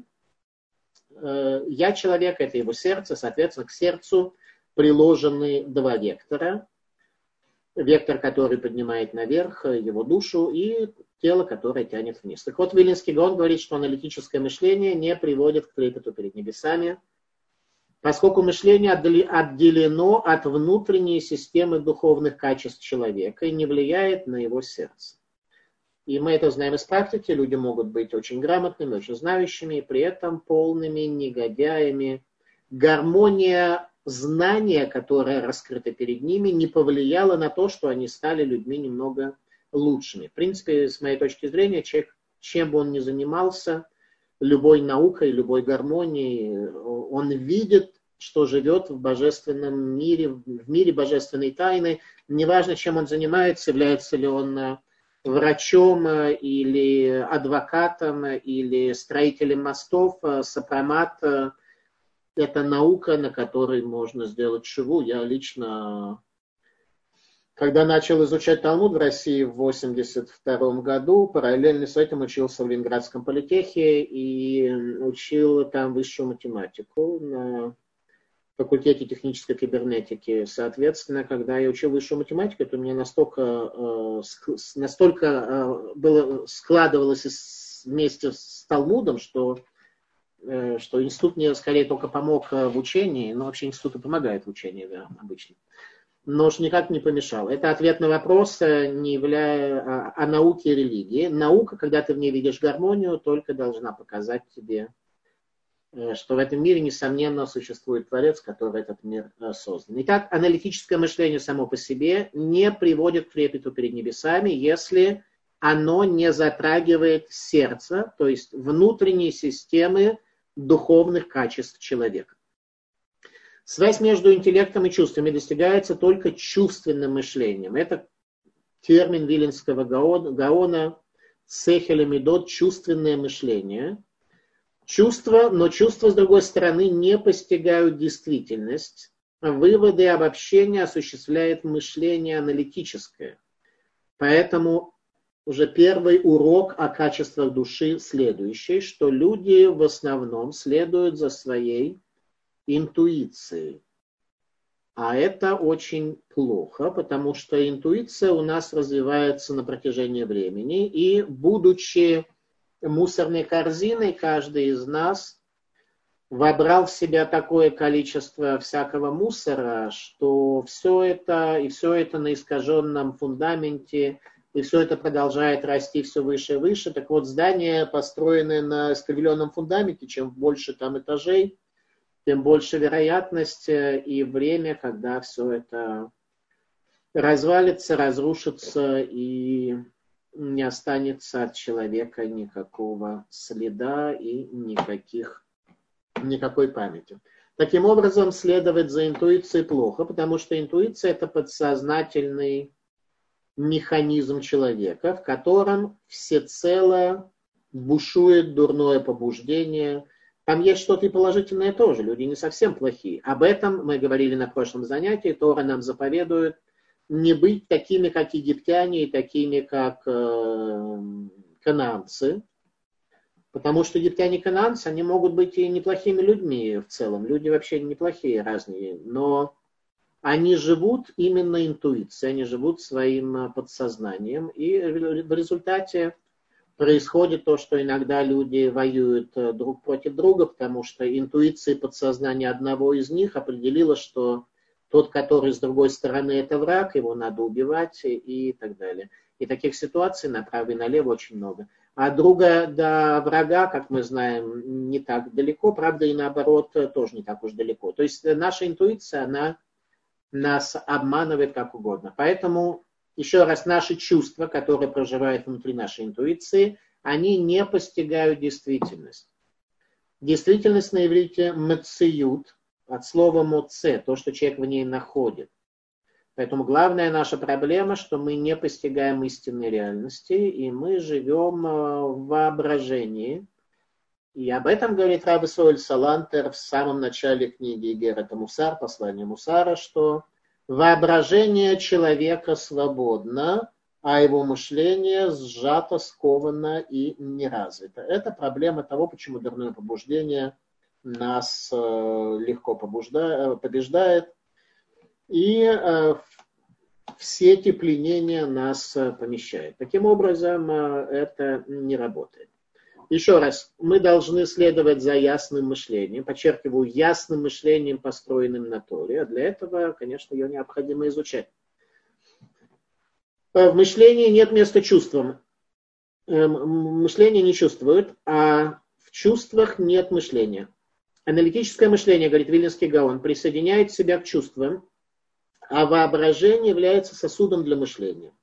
э, я человек, это его сердце, соответственно, к сердцу приложены два вектора. Вектор, который поднимает наверх его душу, и тело, которое тянет вниз. Так вот, Вилинский Гаон говорит, что аналитическое мышление не приводит к трепету перед небесами, поскольку мышление отделено от внутренней системы духовных качеств человека и не влияет на его сердце. И мы это знаем из практики. Люди могут быть очень грамотными, очень знающими, и при этом полными негодяями. Гармония знания, которое раскрыто перед ними, не повлияло на то, что они стали людьми немного лучшими. В принципе, с моей точки зрения, человек, чем бы он ни занимался, любой наукой, любой гармонией, он видит, что живет в божественном мире, в мире божественной тайны. Неважно, чем он занимается, является ли он врачом или адвокатом, или строителем мостов, сопромат. Это наука, на которой можно сделать шиву. Я лично, когда начал изучать Талмуд в России в восемьдесят втором году, параллельно с этим учился в Ленинградском политехе и учил там высшую математику на факультете технической кибернетики. Соответственно, когда я учил высшую математику, то у меня настолько, настолько было, складывалось вместе с Талмудом, что что институт мне скорее только помог в учении, но вообще институт и помогает в учении, да, обычно. Но уж никак не помешал. Это ответ на вопрос, не являя о, о науке и религии. Наука, когда ты в ней видишь гармонию, только должна показать тебе, что в этом мире, несомненно, существует Творец, который этот мир создан. Итак, аналитическое мышление само по себе не приводит к трепету перед небесами, если оно не затрагивает сердце, то есть внутренние системы духовных качеств человека. Связь между интеллектом и чувствами достигается только чувственным мышлением. Это термин Вилинского Гаона «сехель мидот» – чувственное мышление. Чувства, но чувства, с другой стороны, не постигают действительность. Выводы и обобщения осуществляет мышление аналитическое. Поэтому уже первый урок о качествах души следующий, что люди в основном следуют за своей интуицией. А это очень плохо, потому что интуиция у нас развивается на протяжении времени, и будучи мусорной корзиной, каждый из нас вобрал в себя такое количество всякого мусора, что все это, и все это на искаженном фундаменте и все это продолжает расти все выше и выше. Так вот, здания, построенные на искривленном фундаменте, чем больше там этажей, тем больше вероятность и время, когда все это развалится, разрушится и не останется от человека никакого следа и никаких, никакой памяти. Таким образом, следовать за интуицией плохо, потому что интуиция – это подсознательный механизм человека, в котором всецело бушует дурное побуждение. Там есть что-то и положительное тоже, люди не совсем плохие. Об этом мы говорили на прошлом занятии, Тора нам заповедует не быть такими, как египтяне, и такими, как э, кананцы. Потому что египтяне и кананцы, они могут быть и неплохими людьми в целом. Люди вообще неплохие, разные. Но они живут именно интуицией, они живут своим подсознанием. И в результате происходит то, что иногда люди воюют друг против друга, потому что интуиция и подсознание одного из них определило, что тот, который с другой стороны, это враг, его надо убивать и так далее. И таких ситуаций направо и налево очень много. А друга до врага, как мы знаем, не так далеко, правда, и наоборот, тоже не так уж далеко. То есть наша интуиция, она нас обманывает как угодно. Поэтому, еще раз, наши чувства, которые проживают внутри нашей интуиции, они не постигают действительность. Действительность на иврите мециют, от слова моце, то, что человек в ней находит. Поэтому главная наша проблема, что мы не постигаем истинной реальности, и мы живем в воображении. И об этом говорит Рав Исроэль Салантер в самом начале книги Игерет Мусар, послание Мусара, что воображение человека свободно, а его мышление сжато, сковано и не развито. Это проблема того, почему дурное побуждение нас легко побеждает. И э, все эти пленения нас э, помещают. Таким образом, э, это не работает. Еще раз, мы должны следовать за ясным мышлением, подчеркиваю, ясным мышлением, построенным на Торе. А для этого, конечно, ее необходимо изучать. В мышлении нет места чувствам. Э, мышление не чувствует, а в чувствах нет мышления. Аналитическое мышление, говорит Вильнинский Гаон, присоединяет себя к чувствам, а воображение является сосудом для мышления.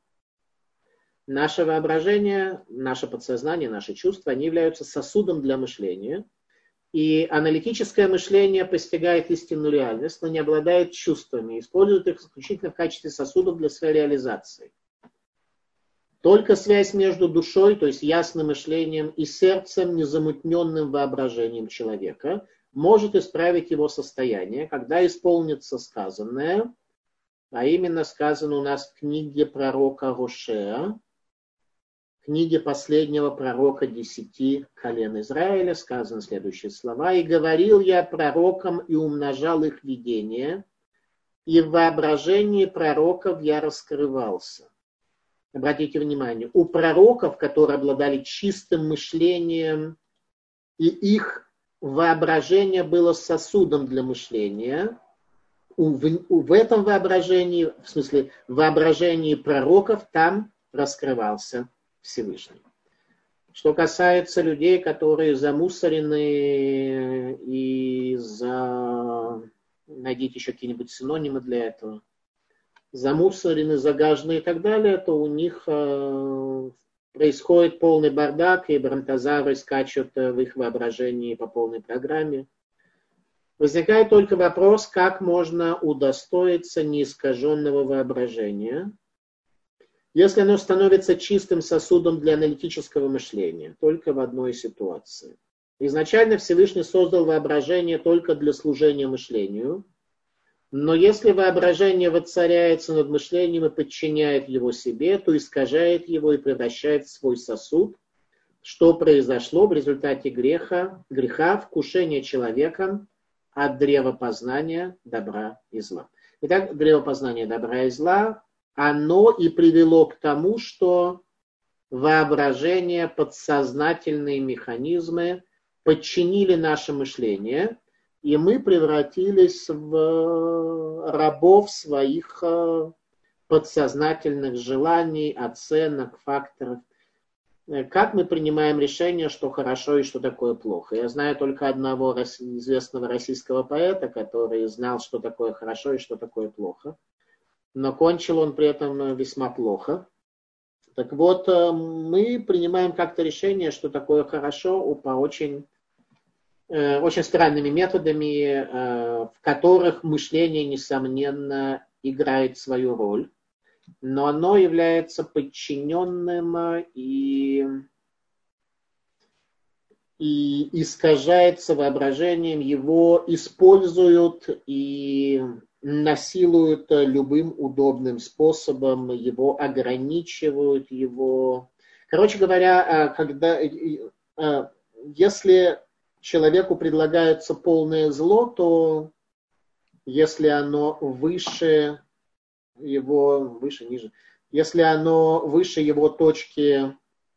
Наше воображение, наше подсознание, наши чувства, они являются сосудом для мышления. И аналитическое мышление постигает истинную реальность, но не обладает чувствами, использует их исключительно в качестве сосудов для своей реализации. Только связь между душой, то есть ясным мышлением, и сердцем, незамутненным воображением человека, может исправить его состояние, когда исполнится сказанное, а именно сказано у нас в книге пророка Гошеа, книге последнего пророка десяти колен Израиля, сказаны следующие слова. «И говорил я пророкам и умножал их видение, и в воображении пророков я раскрывался». Обратите внимание, у пророков, которые обладали чистым мышлением, и их воображение было сосудом для мышления, В, в этом воображении, в смысле воображении пророков, там раскрывался Всевышний. Что касается людей, которые замусорены и за... найдите еще какие-нибудь синонимы для этого, замусорены, загажены и так далее, то у них э, происходит полный бардак, и брамтазары скачут в их воображении по полной программе. Возникает только вопрос, как можно удостоиться неискаженного воображения, если оно становится чистым сосудом для аналитического мышления, только в одной ситуации. Изначально Всевышний создал воображение только для служения мышлению, но если воображение воцаряется над мышлением и подчиняет его себе, то искажает его и превращает в свой сосуд, что произошло в результате греха, греха, вкушения человеком от древа познания добра и зла. Итак, древо познания добра и зла, оно и привело к тому, что воображение, подсознательные механизмы подчинили наше мышление, и мы превратились в рабов своих подсознательных желаний, оценок, факторов. Как мы принимаем решение, что хорошо и что такое плохо? Я знаю только одного известного российского поэта, который знал, что такое хорошо и что такое плохо. Но кончил он при этом весьма плохо. Так вот, мы принимаем как-то решение, что такое хорошо, по очень, очень странными методами, в которых мышление, несомненно, играет свою роль. Но оно является подчиненным и, и искажается воображением, его используют и насилуют любым удобным способом, его ограничивают, его... Короче говоря, когда, если человеку предлагается полное зло, то если оно выше... его выше, ниже. Если оно выше его точки,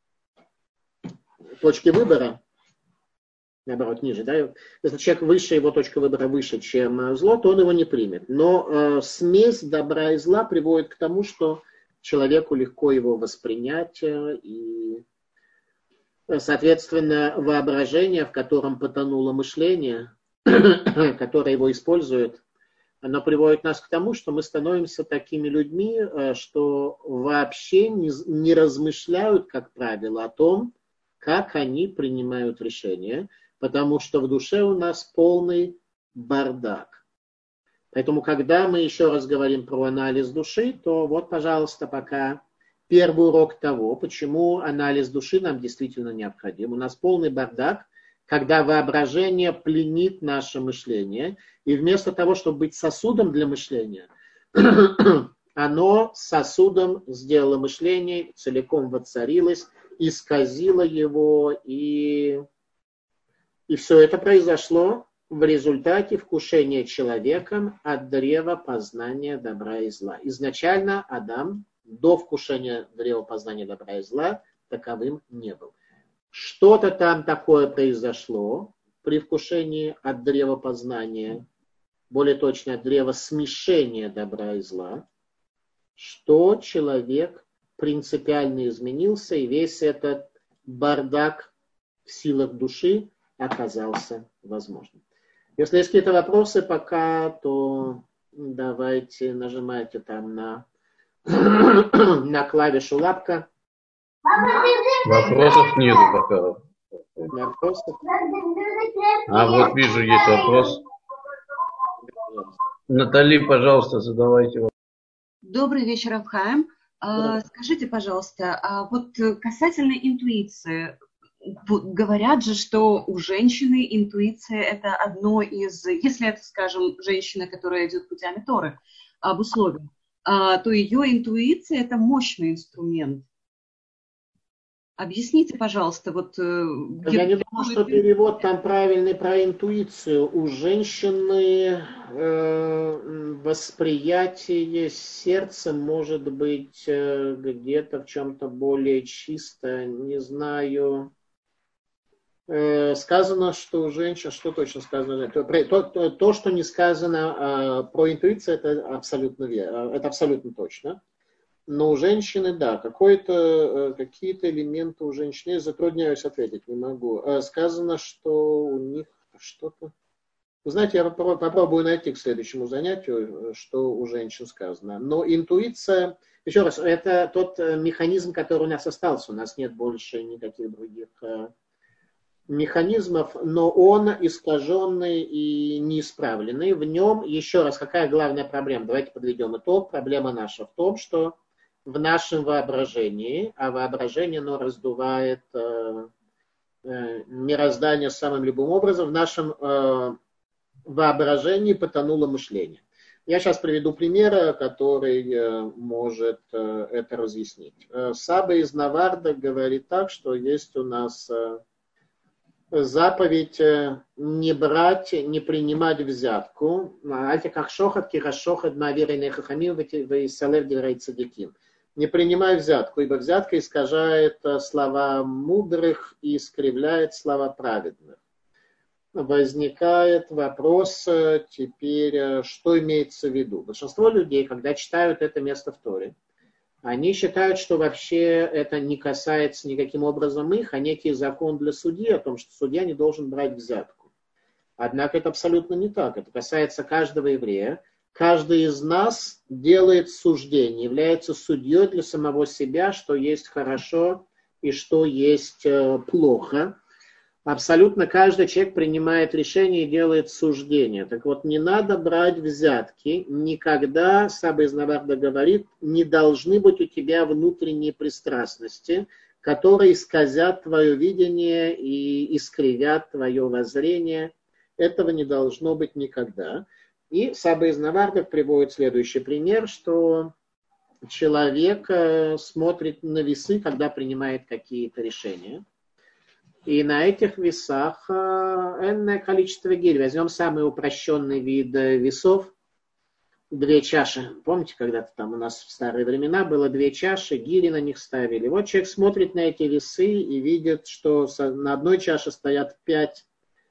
точки выбора, наоборот, ниже, да, если человек выше, его точка выбора выше, чем зло, то он его не примет. Но э, смесь добра и зла приводит к тому, что человеку легко его воспринять, э, и, соответственно, воображение, в котором потонуло мышление, которое его использует, оно приводит нас к тому, что мы становимся такими людьми, что вообще не, не размышляют, как правило, о том, как они принимают решения, потому что в душе у нас полный бардак. Поэтому, когда мы еще раз говорим про анализ души, то вот, пожалуйста, пока первый урок того, почему анализ души нам действительно необходим. У нас полный бардак, когда воображение пленит наше мышление, и вместо того, чтобы быть сосудом для мышления, оно сосудом сделало мышление, целиком воцарилось, исказило его, и, и все это произошло в результате вкушения человеком от древа познания добра и зла. Изначально Адам до вкушения древа познания добра и зла таковым не был. Что-то там такое произошло при вкушении от древа познания, более точно от древа смешения добра и зла, что человек принципиально изменился, и весь этот бардак в силах души оказался возможным. Если есть какие-то вопросы пока, то давайте нажимайте там на, на клавишу лапка. Вопросов нету пока. Вопросов? А вот вижу, есть вопрос. Натали, пожалуйста, задавайте вопрос. Добрый вечер, Авхаим. А, скажите, пожалуйста, а вот касательно интуиции, говорят же, что у женщины интуиция это одно из, если это, скажем, женщина, которая идет путями Торы, об условиях, а, то ее интуиция это мощный инструмент. Объясните, пожалуйста, вот... Я не думаю, что перевод там правильный про интуицию. У женщины э, восприятие сердца может быть э, где-то в чем-то более чисто. Не знаю. Э, сказано, что у женщин... Что точно сказано? То, то, то что не сказано э, про интуицию, это абсолютно, это абсолютно точно. Но у женщины, да, какие-то элементы у женщины, я затрудняюсь ответить, не могу. Сказано, что у них что-то... Вы знаете, я попробую найти к следующему занятию, что у женщин сказано. Но интуиция, еще раз, это тот механизм, который у нас остался. У нас нет больше никаких других механизмов, но он искаженный и неисправленный. В нем, еще раз, какая главная проблема? Давайте подведем итог. Проблема наша в том, что в нашем воображении, а воображение, оно раздувает э, э, мироздание самым любым образом, в нашем э, воображении потонуло мышление. Я сейчас приведу пример, который э, может э, это разъяснить. Э, Саба из Наварда говорит так, что есть у нас э, заповедь э, не брать, не принимать взятку. Альте как шохат, кира шохат, маверейный хахамим, вейсалев дирей цадиким. Не принимай взятку, ибо взятка искажает слова мудрых и искривляет слова праведных. возникает вопрос теперь, что имеется в виду. Большинство людей, когда читают это место в Торе, они считают, что вообще это не касается никаким образом их, а некий закон для судьи о том, что судья не должен брать взятку. Однако это абсолютно не так. Это касается каждого еврея. Каждый из нас делает суждение, является судьей для самого себя, что есть хорошо и что есть плохо. Абсолютно каждый человек принимает решение и делает суждение. Так вот, не надо брать взятки. Никогда, Саба из Наварда говорит, не должны быть у тебя внутренние пристрастности, которые исказят твое видение и искривят твое воззрение. Этого не должно быть никогда. И Саба из Наварда приводит следующий пример, что человек смотрит на весы, когда принимает какие-то решения. И на этих весах энное количество гирь. Возьмем самый упрощенный вид весов. Две чаши. Помните, когда-то там у нас в старые времена было две чаши, гири на них ставили. Вот человек смотрит на эти весы и видит, что на одной чаше стоят пять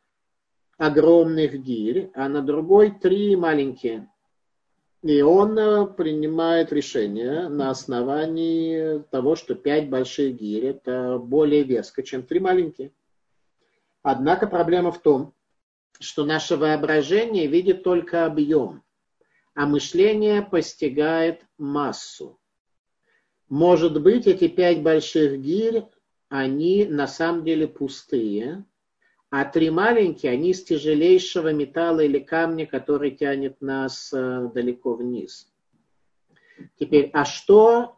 огромных гирь, а на другой три маленькие. И он принимает решение на основании того, что пять больших гирь это более веско, чем три маленькие. Однако проблема в том, что наше воображение видит только объем, а мышление постигает массу. Может быть, эти пять больших гирь, они на самом деле пустые, а три маленькие, они из тяжелейшего металла или камня, который тянет нас далеко вниз. Теперь, а что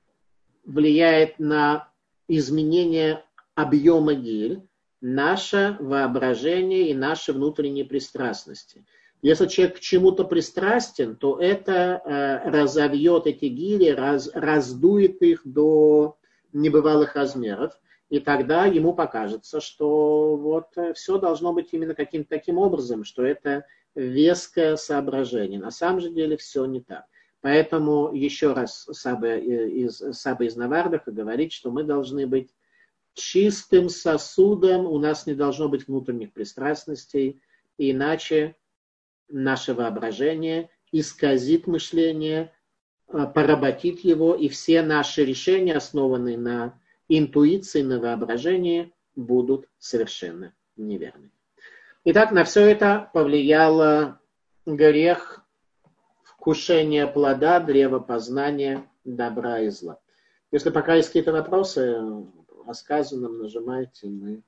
влияет на изменение объема гирь? Наше воображение и наши внутренние пристрастности. Если человек к чему-то пристрастен, то это э, разовьет эти гири, раз, раздует их до небывалых размеров. И тогда ему покажется, что вот все должно быть именно каким-то таким образом, что это веское соображение. На самом же деле все не так. Поэтому еще раз Саба из, Саба из Навардаха говорит, что мы должны быть чистым сосудом, у нас не должно быть внутренних пристрастностей, иначе наше воображение исказит мышление, поработит его, и все наши решения, основанные на интуиции, на воображении, будут совершенно неверны. Итак, на все это повлиял грех вкушения плода, древа познания добра и зла. Если пока есть какие-то вопросы, рассказано, нажимайте, мы,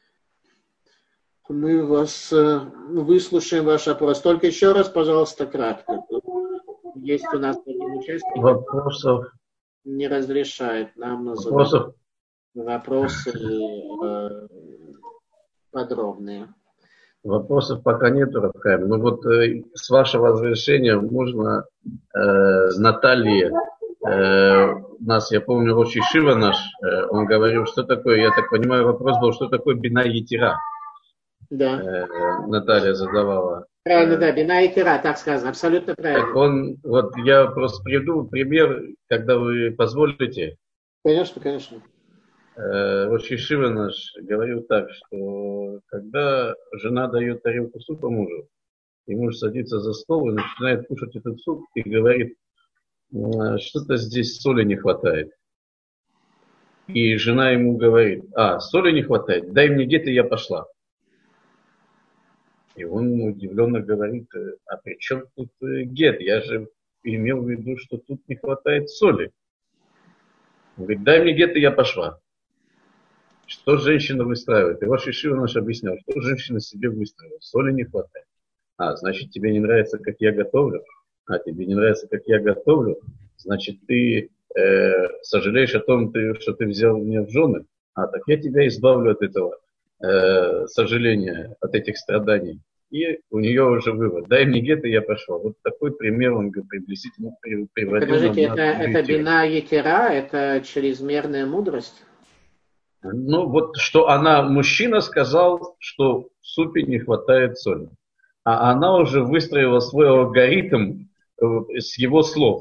мы вас выслушаем ваш вопрос. Только еще раз, пожалуйста, кратко. Есть у нас один участник, вопросов не разрешает нам вопросов. Вопросы э, подробные. Вопросов пока нету, Рабхайм. Но вот э, с вашего разрешения можно э, Наталье, э, нас, я помню, Рош Ешива наш, э, он говорил, что такое, я так понимаю, вопрос был, что такое бина етира. Да. Э, Наталья задавала. Правильно, да, бина етира, так сказано, абсолютно правильно. Так он, вот я просто приведу пример, когда вы позволите. Конечно, конечно. Рош Ешива наш говорил так, что когда жена дает тарелку супа мужу, и муж садится за стол и начинает кушать этот суп и говорит, что-то здесь соли не хватает. И жена ему говорит, а, соли не хватает, дай мне гет, и я пошла. И он удивленно говорит, а при чем тут гет? Я же имел в виду, что тут не хватает соли. Он говорит, дай мне гет, и я пошла. Что женщина выстраивает? И Рош Ешива наш объяснял, что женщина себе выстроила. Соли не хватает. А, значит, тебе не нравится, как я готовлю? А, тебе не нравится, как я готовлю? Значит, ты э, сожалеешь о том, ты, что ты взял меня в жены? А, так я тебя избавлю от этого э, сожаления, от этих страданий. И у нее уже вывод. Дай мне гет, и я пошла. Вот такой пример он приблизительно приводил. Скажите, это, это бина етира, это чрезмерная мудрость? Ну, вот что она, мужчина сказал, что в супе не хватает соли. А она уже выстроила свой алгоритм с его слов.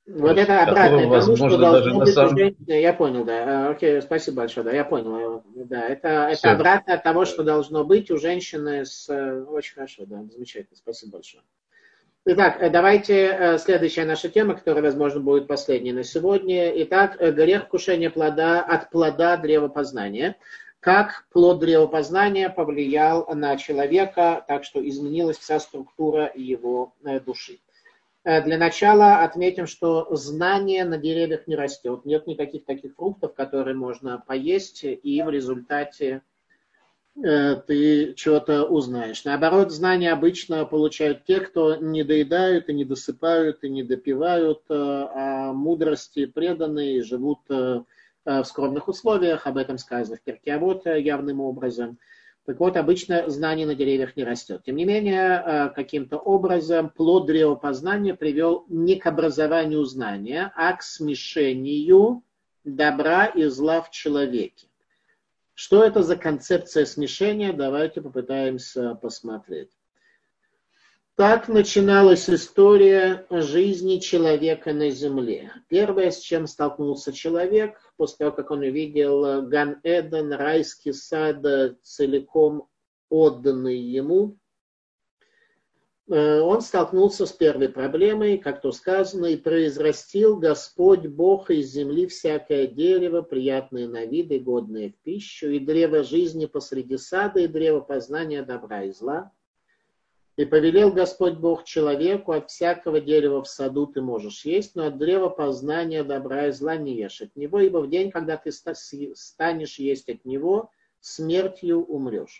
Вот это обратное тому, что должно быть у женщины. Я понял, да. Окей, спасибо большое, да, я понял. Да, это, это обратное от того, что должно быть у женщины с... Очень хорошо, да, замечательно, спасибо большое. Итак, давайте следующая наша тема, которая, возможно, будет последней на сегодня. Итак, грех вкушения плода от плода древа познания. Как плод древа познания повлиял на человека, так что изменилась вся структура его души. Для начала отметим, что знание на деревьях не растет. Нет никаких таких фруктов, которые можно поесть, и в результате э, ты чего-то узнаешь. Наоборот, знания обычно получают те, кто не доедают, и не досыпают, и не допивают, э, а мудрости преданные, живут э, в скромных условиях. Об этом сказано в Перкей Авот явным образом. Так вот, обычно знание на деревьях не растет. Тем не менее, каким-то образом плод древа познания привел не к образованию знания, а к смешению добра и зла в человеке. Что это за концепция смешения? Давайте попытаемся посмотреть. Так начиналась история жизни человека на земле. Первое, с чем столкнулся человек, после того, как он увидел Ган-Эден, райский сад, целиком отданный ему, он столкнулся с первой проблемой, как то сказано, «И произрастил Господь Бог из земли всякое дерево, приятное на вид и годное в пищу, и древо жизни посреди сада, и древо познания добра и зла. И повелел Господь Бог человеку: от всякого дерева в саду ты можешь есть, но от древа познания добра и зла не ешь от него, ибо в день, когда ты станешь есть от него, смертью умрешь».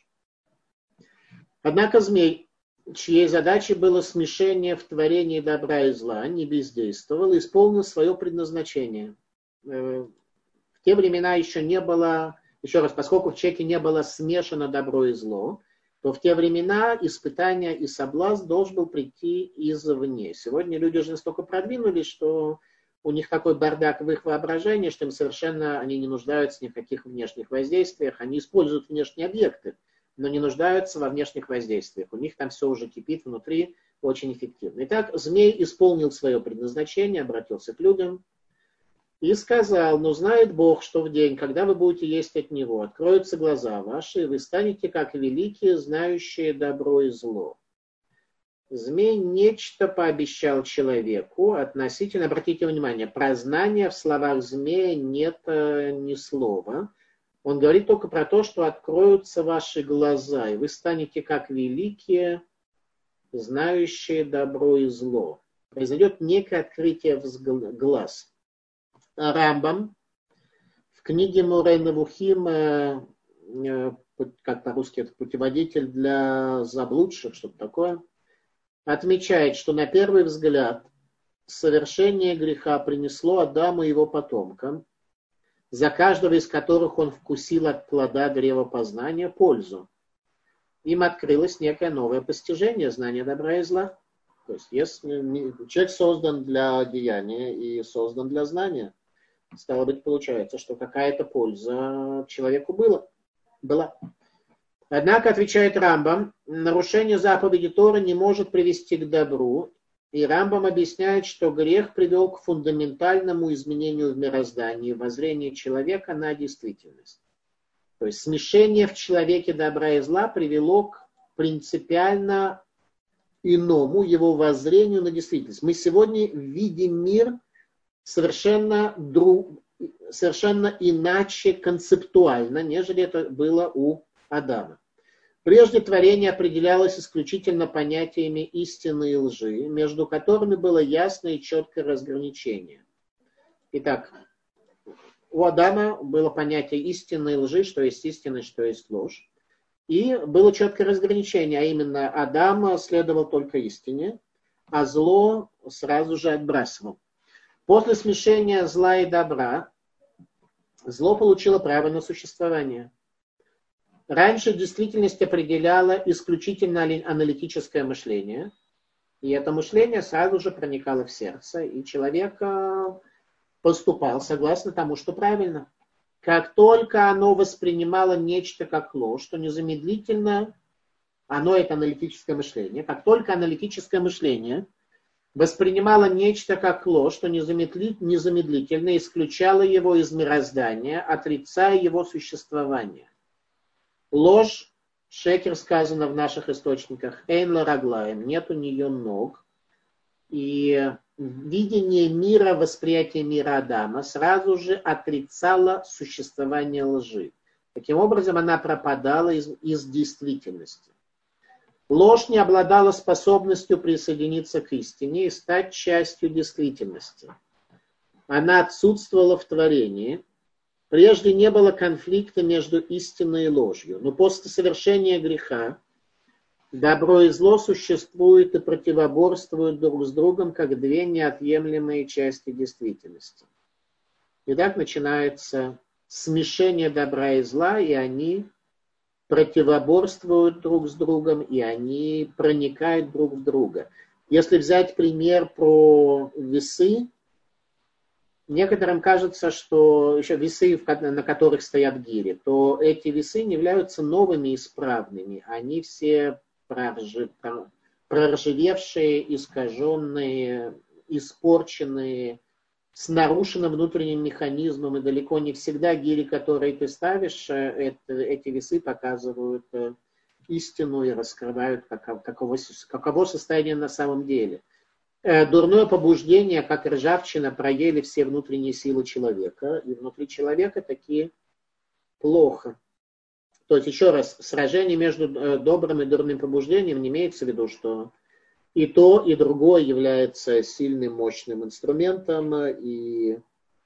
Однако змей, чьей задачей было смешение в творении добра и зла, не бездействовал и исполнил свое предназначение. В те времена еще не было, еще раз, поскольку в человеке не было смешано добро и зло, то в те времена испытания и соблазн должен был прийти извне. Сегодня люди уже настолько продвинулись, что у них такой бардак в их воображении, что им совершенно они не нуждаются ни в каких внешних воздействиях. Они используют внешние объекты, но не нуждаются во внешних воздействиях. У них там все уже кипит внутри очень эффективно. Итак, змей исполнил свое предназначение, обратился к людям и сказал: ну знает Бог, что в день, когда вы будете есть от него, откроются глаза ваши, и вы станете как великие, знающие добро и зло. Змей нечто пообещал человеку относительно, обратите внимание, про знание в словах змея нет э, ни слова. Он говорит только про то, что откроются ваши глаза, и вы станете как великие, знающие добро и зло. Произойдет некое открытие глаз. Рамбам в книге Морей Невухим, как по-русски это путеводитель для заблудших, что-то такое, отмечает, что на первый взгляд совершение греха принесло Адаму и его потомкам, за каждого из которых он вкусил от плода древа познания, пользу. Им открылось некое новое постижение знания добра и зла. То есть если человек создан для деяния и создан для знания, стало быть, получается, что какая-то польза человеку было, была. Однако, отвечает Рамбам, нарушение заповеди Торы не может привести к добру, и Рамбам объясняет, что грех привел к фундаментальному изменению в мироздании, воззрении человека на действительность. То есть смешение в человеке добра и зла привело к принципиально иному его воззрению на действительность. Мы сегодня видим мир совершенно, друг, совершенно иначе концептуально, нежели это было у Адама. Прежде творение определялось исключительно понятиями истины и лжи, между которыми было ясное и четкое разграничение. Итак, у Адама было понятие истины и лжи, что есть истина, что есть ложь. И было четкое разграничение, а именно Адам следовал только истине, а зло сразу же отбрасывал. После смешения зла и добра зло получило право на существование. Раньше действительность определяла исключительно аналитическое мышление, и это мышление сразу же проникало в сердце, и человек поступал согласно тому, что правильно. Как только оно воспринимало нечто как ложь, то незамедлительно, оно это аналитическое мышление, как только аналитическое мышление воспринимала нечто как ложь, что незамедлительно исключала его из мироздания, отрицая его существование. Ложь, шекер сказано в наших источниках, эйн ла раглаем, нет у нее ног. И видение мира, восприятие мира Адама сразу же отрицало существование лжи. Таким образом, она пропадала из, из действительности. Ложь не обладала способностью присоединиться к истине и стать частью действительности. Она отсутствовала в творении. Прежде не было конфликта между истиной и ложью. Но после совершения греха добро и зло существуют и противоборствуют друг с другом, как две неотъемлемые части действительности. И так начинается смешение добра и зла, и они противоборствуют друг с другом, и они проникают друг в друга. Если взять пример про весы, некоторым кажется, что еще весы, на которых стоят гири, то эти весы не являются новыми и исправными. Они все проржавевшие, искаженные, испорченные, с нарушенным внутренним механизмом, и далеко не всегда гири, которые ты ставишь, это, эти весы показывают истину и раскрывают, каково, каково, каково состояние на самом деле. Дурное побуждение, как ржавчина, проели все внутренние силы человека, и внутри человека такие плохо. То есть, еще раз, сражение между добрым и дурным побуждением не имеется в виду, что и то, и другое является сильным, мощным инструментом, и,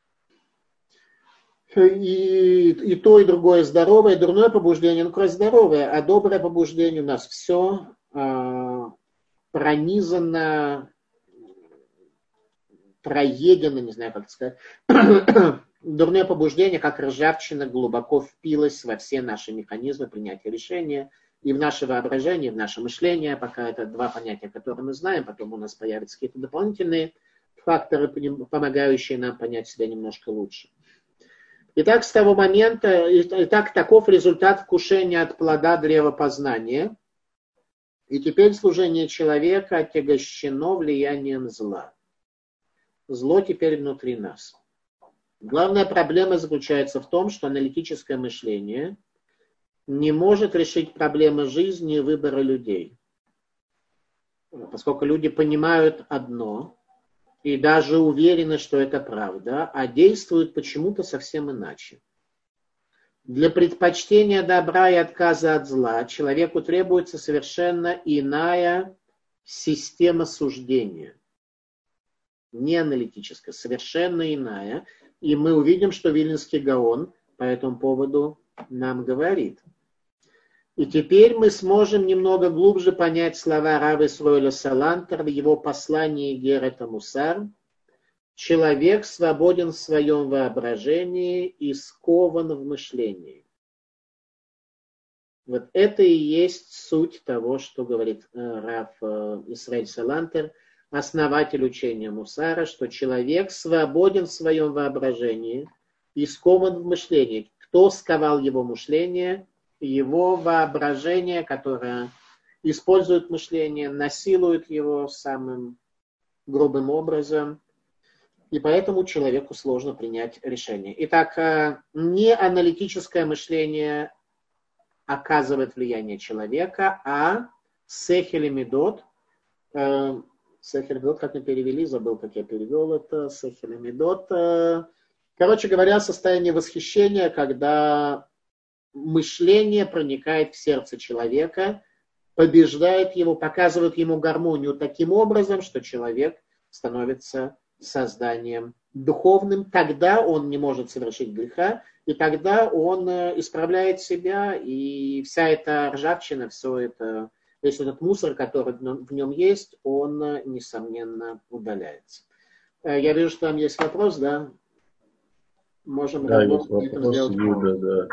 и, и то, и другое здоровое, дурное побуждение, ну, кроме здоровое, а доброе побуждение у нас все э, пронизано, проедено, не знаю, как сказать. Дурное побуждение, как ржавчина, глубоко впилось во все наши механизмы принятия решения, и в наше воображение, и в наше мышление. Пока это два понятия, которые мы знаем, потом у нас появятся какие-то дополнительные факторы, помогающие нам понять себя немножко лучше. Итак, с того момента, итак, таков результат вкушения от плода древа познания. И теперь служение человека отягощено влиянием зла. Зло теперь внутри нас. Главная проблема заключается в том, что аналитическое мышление не может решить проблемы жизни и выбора людей. Поскольку люди понимают одно и даже уверены, что это правда, а действуют почему-то совсем иначе. Для предпочтения добра и отказа от зла человеку требуется совершенно иная система суждения. Не аналитическая, совершенно иная. И мы увидим, что Вильнюсский Гаон по этому поводу нам говорит. И теперь мы сможем немного глубже понять слова Рава Исроэля Салантер в его послании Герета Мусар. Человек свободен в своем воображении и скован в мышлении. Вот это и есть суть того, что говорит Рав Исроэль Салантер, основатель учения Мусара, что человек свободен в своем воображении и скован в мышлении. Кто сковал его мышление? Его воображение, которое использует мышление, насилует его самым грубым образом, и поэтому человеку сложно принять решение. Итак, не аналитическое мышление оказывает влияние человека, а сехель и медот. Сехель и медот, как мы перевели, забыл, как я перевел это. Сехель и медот. Короче говоря, состояние восхищения, когда мышление проникает в сердце человека, побеждает его, показывает ему гармонию таким образом, что человек становится созданием духовным. Тогда он не может совершить греха, и тогда он исправляет себя, и вся эта ржавчина, все это, весь этот мусор, который в нем есть, он, несомненно, удаляется. Я вижу, что там есть вопрос, да? Можем да, есть вопрос, Юда, да.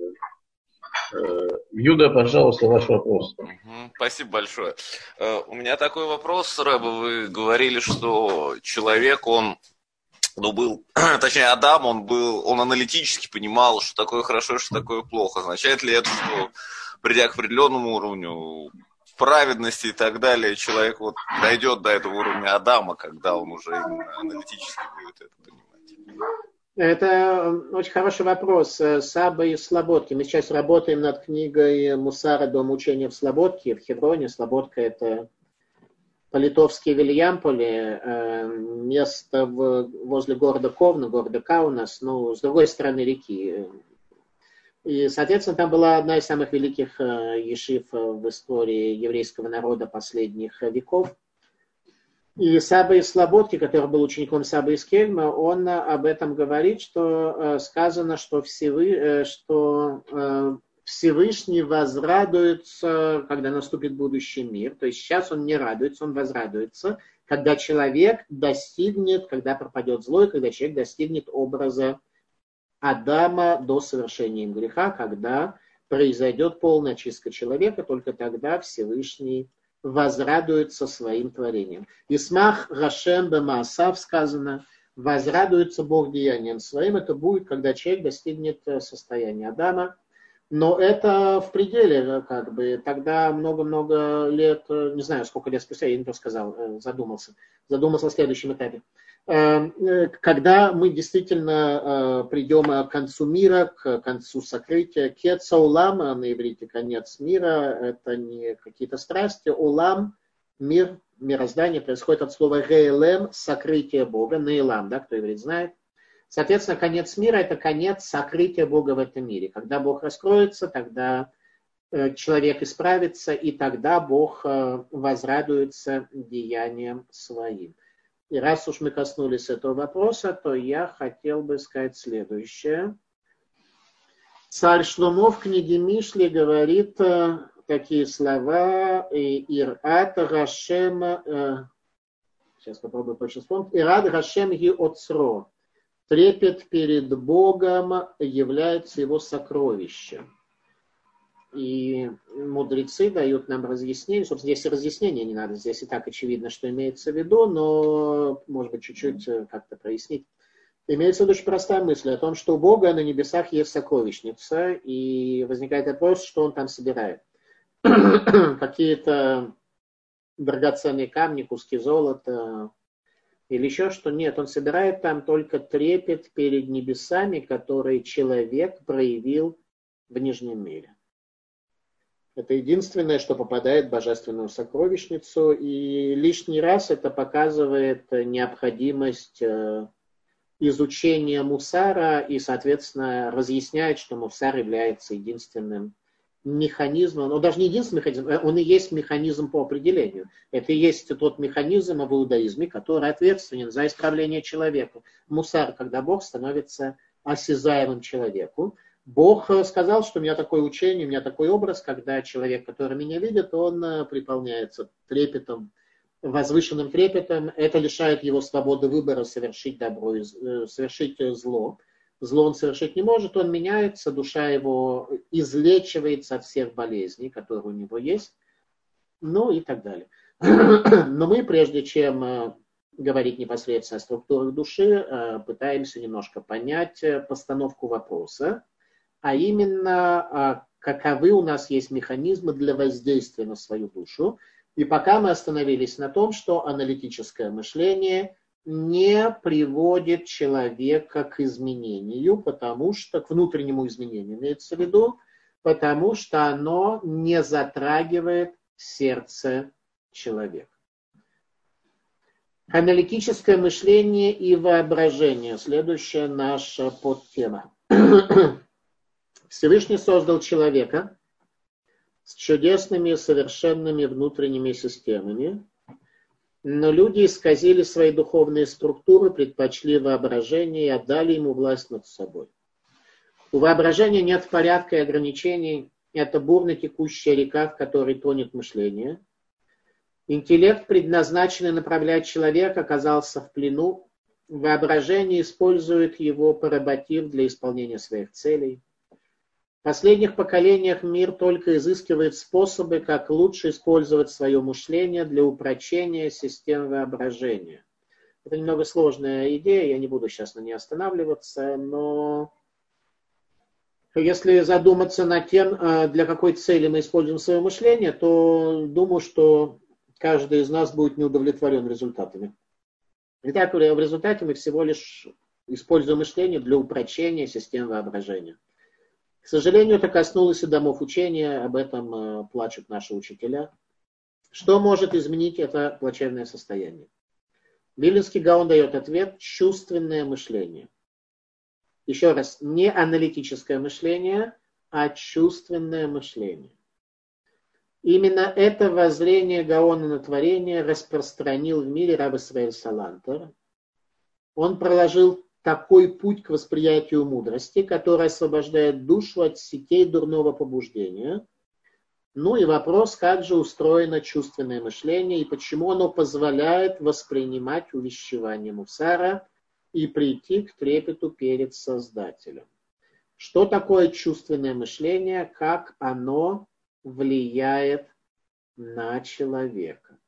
Юда, пожалуйста, ваш вопрос. Угу, спасибо большое. У меня такой вопрос, Рэба. Вы говорили, что человек, он ну, был, точнее, Адам, он был, он аналитически понимал, что такое хорошо, что такое плохо. Означает ли это, что придя к определенному уровню праведности и так далее человек вот дойдет до этого уровня Адама, когда он уже именно аналитически будет это понимать? Это очень хороший вопрос. Саба и Слободки. Мы сейчас работаем над книгой Мусара «Дом учения в Слободке», в Хевроне. Слободка – это по-литовски Вильямполе, место в, возле города Ковна, города Каунас, ну, с другой стороны реки. И, соответственно, там была одна из самых великих ешив в истории еврейского народа последних веков. И Саба из Слободки, который был учеником Саба из Кельма, он об этом говорит, что сказано, что, Всевы, что Всевышний возрадуется, когда наступит будущий мир. То есть сейчас он не радуется, он возрадуется, когда человек достигнет, когда пропадет зло, и когда человек достигнет образа Адама до совершения им греха, когда произойдет полная чистка человека, только тогда Всевышний возрадуется своим творением. Исмах Рашем Бемаасав сказано, возрадуется Бог деянием своим. Это будет, когда человек достигнет состояния Адама. Но это в пределе, как бы, тогда много-много лет, не знаю, сколько лет спустя, я не то сказал, задумался, задумался о следующем этапе. Когда мы действительно придем к концу мира, к концу сокрытия, кеца улам, на иврите конец мира, это не какие-то страсти, улам, мир, мироздание, происходит от слова реэлем, сокрытие Бога, нейлам, да, кто иврит знает. Соответственно, конец мира – это конец сокрытия Бога в этом мире. Когда Бог раскроется, тогда человек исправится, и тогда Бог возрадуется деянием своим. И раз уж мы коснулись этого вопроса, то я хотел бы сказать следующее. Царь Шломо в книге Мишли говорит такие слова: «Ират Рашем», сейчас попробую точно вспомнить, «Ират Рашем ги оцро». Трепет перед Богом является его сокровищем. И мудрецы дают нам разъяснение. Собственно, здесь и разъяснения не надо. Здесь и так очевидно, что имеется в виду, но, может быть, чуть-чуть как-то прояснить. Имеется в виду очень простая мысль о том, что у Бога на небесах есть сокровищница, и возникает вопрос, что он там собирает. Какие-то драгоценные камни, куски золота, или еще что? Нет, он собирает там только трепет перед небесами, который человек проявил в нижнем мире. Это единственное, что попадает в божественную сокровищницу, и лишний раз это показывает необходимость изучения мусара и, соответственно, разъясняет, что мусар является единственным механизмом, он даже не единственный механизм, он и есть механизм по определению. Это и есть тот механизм в иудаизме, который ответственен за исправление человека. Мусар, когда Бог становится осязаемым человеку. Бог сказал, что у меня такое учение, у меня такой образ, когда человек, который меня видит, он преполняется трепетом, возвышенным трепетом. Это лишает его свободы выбора совершить добро и совершить зло. Зло он совершить не может, он меняется, душа его излечивается от всех болезней, которые у него есть, ну и так далее. Но мы, прежде чем говорить непосредственно о структурах души, пытаемся немножко понять постановку вопроса, а именно, каковы у нас есть механизмы для воздействия на свою душу. И пока мы остановились на том, что аналитическое мышление не приводит человека к изменению, потому что, к внутреннему изменению имеется в виду, потому что оно не затрагивает сердце человека. Аналитическое мышление и воображение. Следующая наша подтема. Всевышний создал человека с чудесными совершенными внутренними системами, но люди исказили свои духовные структуры, предпочли воображение и отдали ему власть над собой. У воображения нет порядка и ограничений. Это бурно текущая река, в которой тонет мышление. Интеллект, предназначенный направлять человека, оказался в плену. Воображение использует его, поработив для исполнения своих целей. В последних поколениях мир только изыскивает способы, как лучше использовать свое мышление для упрочения систем воображения. Это немного сложная идея, я не буду сейчас на ней останавливаться, но Если задуматься над тем, для какой цели мы используем свое мышление, то думаю, что каждый из нас будет не удовлетворен результатами. Итак, в результате мы всего лишь используем мышление для упрочения системы воображения. К сожалению, это коснулось и домов учения, об этом плачут наши учителя. Что может изменить это плачевное состояние? Виленский Гаон дает ответ: чувственное мышление. Еще раз, не аналитическое мышление, а чувственное мышление. Именно это воззрение Гаона на творение распространил в мире рав Исраэль Салантер. Он проложил такой путь к восприятию мудрости, который освобождает душу от сетей дурного побуждения. Ну и вопрос, как же устроено чувственное мышление и почему оно позволяет воспринимать увещевание мусара и прийти к трепету перед Создателем. Что такое чувственное мышление, как оно влияет на человека?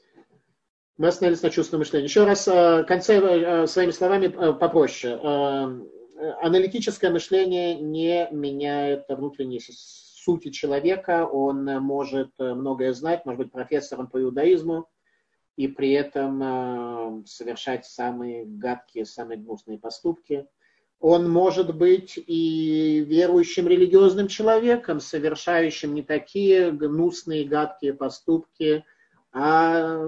Мы остановились на чувственном мышлении. Еще раз, в конце своими словами попроще. Аналитическое мышление не меняет внутренней сути человека. Он может многое знать, может быть профессором по иудаизму, и при этом совершать самые гадкие, самые гнусные поступки. Он может быть и верующим религиозным человеком, совершающим не такие гнусные, гадкие поступки, а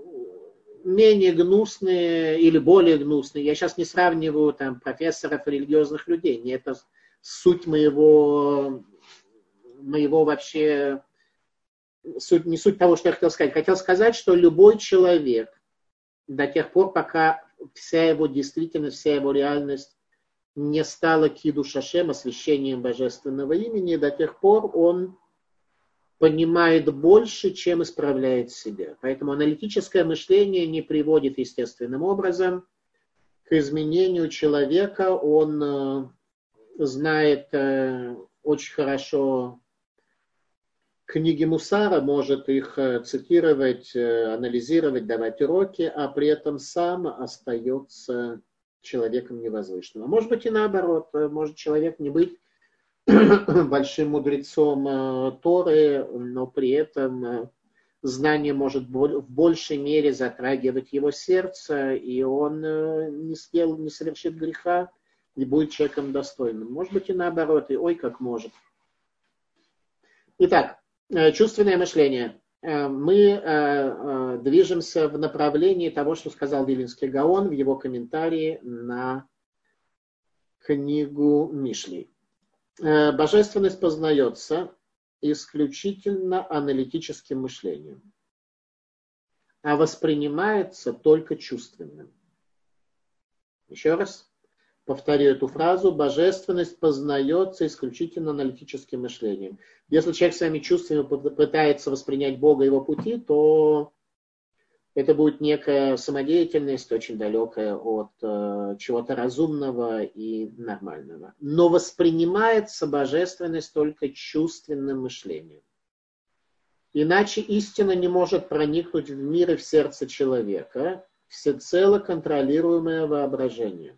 менее гнусные или более гнусные. Я сейчас не сравниваю там профессоров и религиозных людей. Не это суть моего, моего вообще... Суть, не суть того, что я хотел сказать. Хотел сказать, что любой человек до тех пор, пока вся его действительность, вся его реальность не стала кидуш Ашем, освящением божественного имени, до тех пор он понимает больше, чем исправляет себя. Поэтому аналитическое мышление не приводит естественным образом к изменению человека. Он знает очень хорошо книги мусара, может их цитировать, анализировать, давать уроки, а при этом сам остается человеком невозвышенным. Может быть и наоборот, может человек не быть большим мудрецом Торы, но при этом знание может в большей мере затрагивать его сердце, и он не съел, не совершит греха, и будет человеком достойным. Может быть и наоборот, и ой, как может. Итак, чувственное мышление. Мы движемся в направлении того, что сказал Виленский Гаон в его комментарии на книгу Мишли. Божественность познается исключительно аналитическим мышлением, а воспринимается только чувственным. Еще раз повторю эту фразу. Божественность познается исключительно аналитическим мышлением. Если человек своими чувствами пытается воспринять Бога и его пути, то это будет некая самодеятельность, очень далекая от э, чего-то разумного и нормального. Но воспринимается божественность только чувственным мышлением. Иначе истина не может проникнуть в мир и в сердце человека, всецело контролируемое воображение.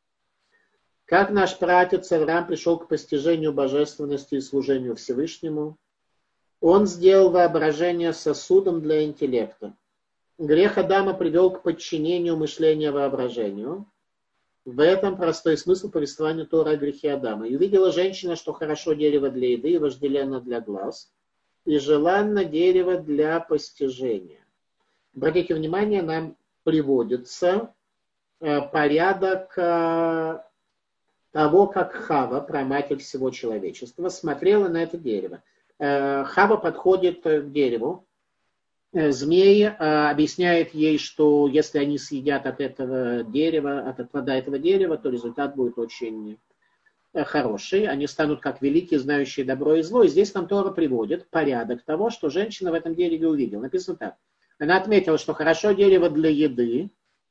Как наш праотец Авраам пришел к постижению божественности и служению Всевышнему, он сделал воображение сосудом для интеллекта. Грех Адама привел к подчинению мышления воображению. В этом простой смысл повествования Торы о грехе Адама. И увидела женщина, что хорошо дерево для еды и вожделенно для глаз, и желанно дерево для постижения. Обратите внимание, нам приводится порядок того, как Хава, праматерь всего человечества, смотрела на это дерево. Хава подходит к дереву. Змей объясняет ей, что если они съедят от этого дерева, от плода этого дерева, то результат будет очень хороший. Они станут как великие, знающие добро и зло. И здесь нам Тора приводит порядок того, что женщина в этом дереве увидела. Написано так. Она отметила, что хорошо дерево для еды.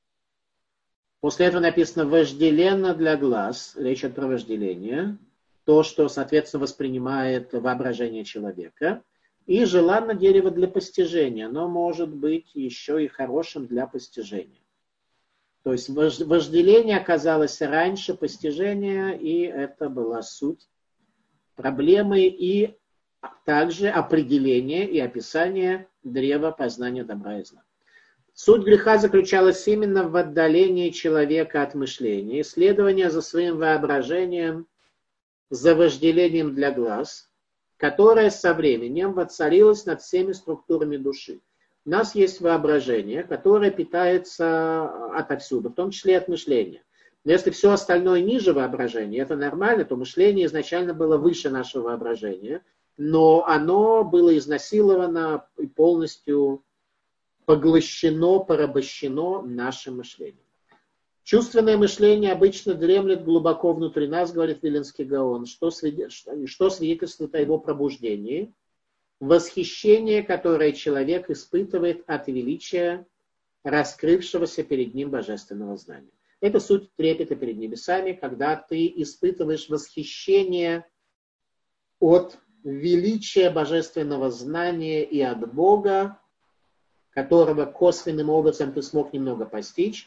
После этого написано вожделенно для глаз. Речь идет про вожделение. То, что, соответственно, воспринимает воображение человека. И желанно дерево для постижения. Оно может быть еще и хорошим для постижения. То есть вожделение оказалось раньше постижения, и это была суть проблемы и также определение и описание древа познания добра и зла. Суть греха заключалась именно в отдалении человека от мышления, исследования за своим воображением, за вожделением для глаз, которое со временем воцарилось над всеми структурами души. У нас есть воображение, которое питается отовсюду, в том числе и от мышления. Но если все остальное ниже воображения, это нормально, то мышление изначально было выше нашего воображения, но оно было изнасиловано и полностью поглощено, порабощено нашим мышлением. Чувственное мышление обычно дремлет глубоко внутри нас, говорит Виленский Гаон, что свидетельствует о его пробуждении. Восхищение, которое человек испытывает от величия раскрывшегося перед ним божественного знания. Это суть трепета перед небесами, когда ты испытываешь восхищение от величия божественного знания и от Бога, которого косвенным образом ты смог немного постичь,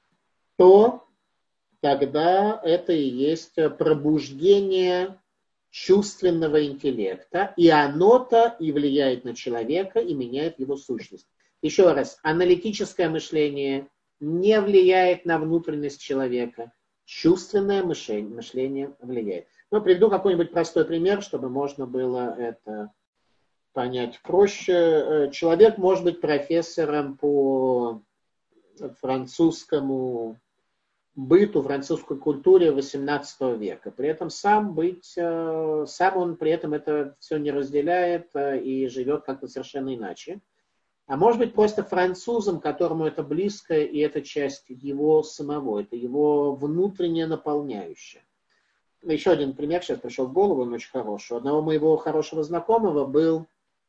то тогда это и есть пробуждение чувственного интеллекта, и оно-то и влияет на человека, и меняет его сущность. Еще раз, аналитическое мышление не влияет на внутренность человека, чувственное мышление, мышление влияет. Ну, приведу какой-нибудь простой пример, чтобы можно было это понять проще. Человек может быть профессором по французскому быту, французской культуре восемнадцатого века. При этом сам быть, сам он при этом это все не разделяет и живет как-то совершенно иначе. А может быть просто французом, которому это близко, и это часть его самого, это его внутреннее наполняющее. Еще один пример сейчас пришел в голову, он очень хороший. У одного моего хорошего знакомого был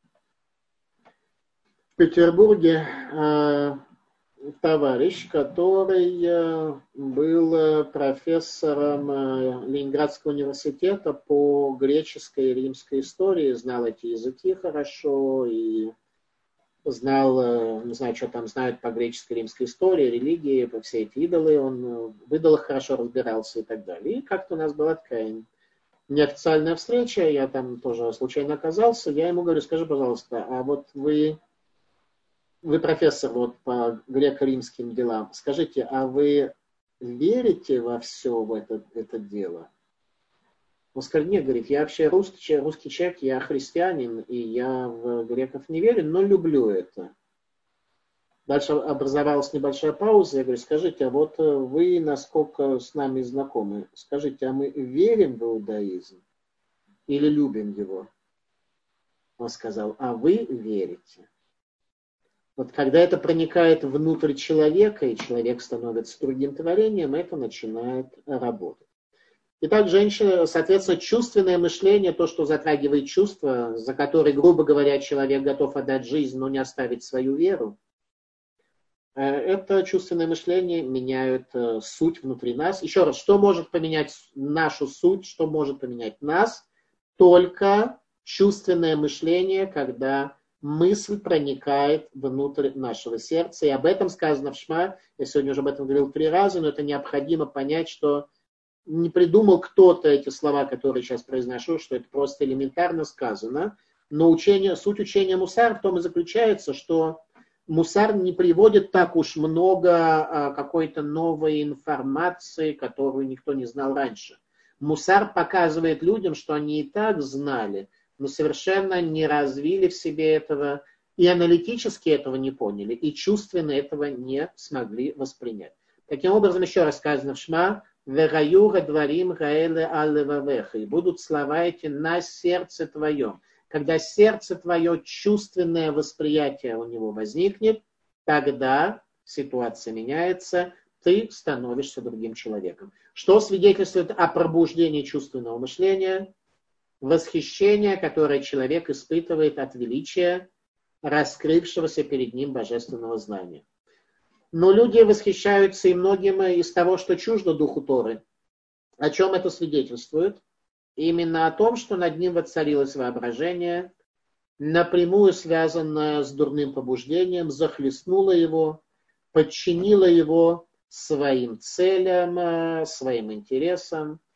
в Петербурге э, товарищ, который э, был профессором э, Ленинградского университета по греческой и римской истории, знал эти языки хорошо и знал, не знаю, что там знают по греческой и римской истории, религии, по все эти идолы, он в идолах хорошо разбирался и так далее. И как-то у нас была такая неофициальная встреча, я там тоже случайно оказался, я ему говорю, скажи, пожалуйста, а вот вы, вы профессор вот по греко-римским делам, скажите, а вы верите во все в это, это дело? Он сказал, нет, говорит, я вообще русский, русский человек, я христианин, и я в греков не верю, но люблю это. Дальше образовалась небольшая пауза, я говорю, скажите, а вот вы, насколько с нами знакомы, скажите, а мы верим в иудаизм или любим его? Он сказал, а вы верите. Вот когда это проникает внутрь человека, и человек становится другим творением, это начинает работать. Итак, женщина, соответственно, чувственное мышление, то, что затрагивает чувства, за которые, грубо говоря, человек готов отдать жизнь, но не оставить свою веру, это чувственное мышление меняет суть внутри нас. Еще раз, что может поменять нашу суть, что может поменять нас? Только чувственное мышление, когда мысль проникает внутрь нашего сердца. И об этом сказано в Шма. Я сегодня уже об этом говорил три раза, но это необходимо понять, что не придумал кто-то эти слова, которые сейчас произношу, что это просто элементарно сказано. Но учение, суть учения Мусар в том и заключается, что Мусар не приводит так уж много а, какой-то новой информации, которую никто не знал раньше. Мусар показывает людям, что они и так знали, но совершенно не развили в себе этого, и аналитически этого не поняли, и чувственно этого не смогли воспринять. Таким образом, еще раз сказано в Шма, «Вераюра дворим гаэле аллевавеха», и будут слова эти на сердце твоем. Когда сердце твое, чувственное восприятие у него возникнет, тогда ситуация меняется, ты становишься другим человеком. Что свидетельствует о пробуждении чувственного мышления? Восхищение, которое человек испытывает от величия раскрывшегося перед ним божественного знания. Но люди восхищаются и многим из того, что чуждо духу Торы. О чем это свидетельствует? Именно о том, что над ним воцарилось воображение, напрямую связанное с дурным побуждением, захлестнуло его, подчинило его своим целям, своим интересам.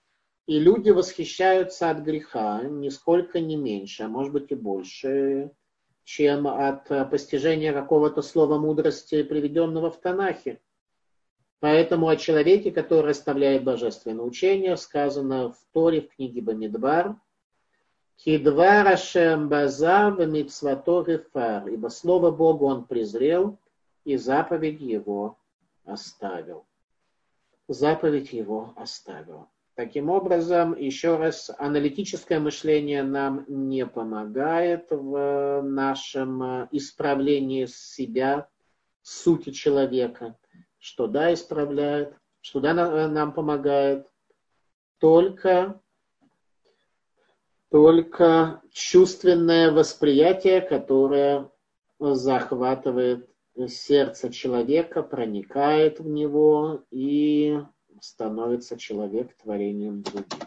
И люди восхищаются от греха нисколько не меньше, а может быть и больше, чем от постижения какого-то слова мудрости, приведенного в Танахе. Поэтому о человеке, который оставляет божественное учение, сказано в Торе, в книге Бамидбар, «Кидвар Ашем база вемицвато гефар», ибо слово Богу он презрел, и заповедь его оставил. Заповедь его оставил. Таким образом, еще раз, аналитическое мышление нам не помогает в нашем исправлении себя, сути человека. Что да, исправляет, что да, нам помогает. Только, только чувственное восприятие, которое захватывает сердце человека, проникает в него и становится человек творением другим.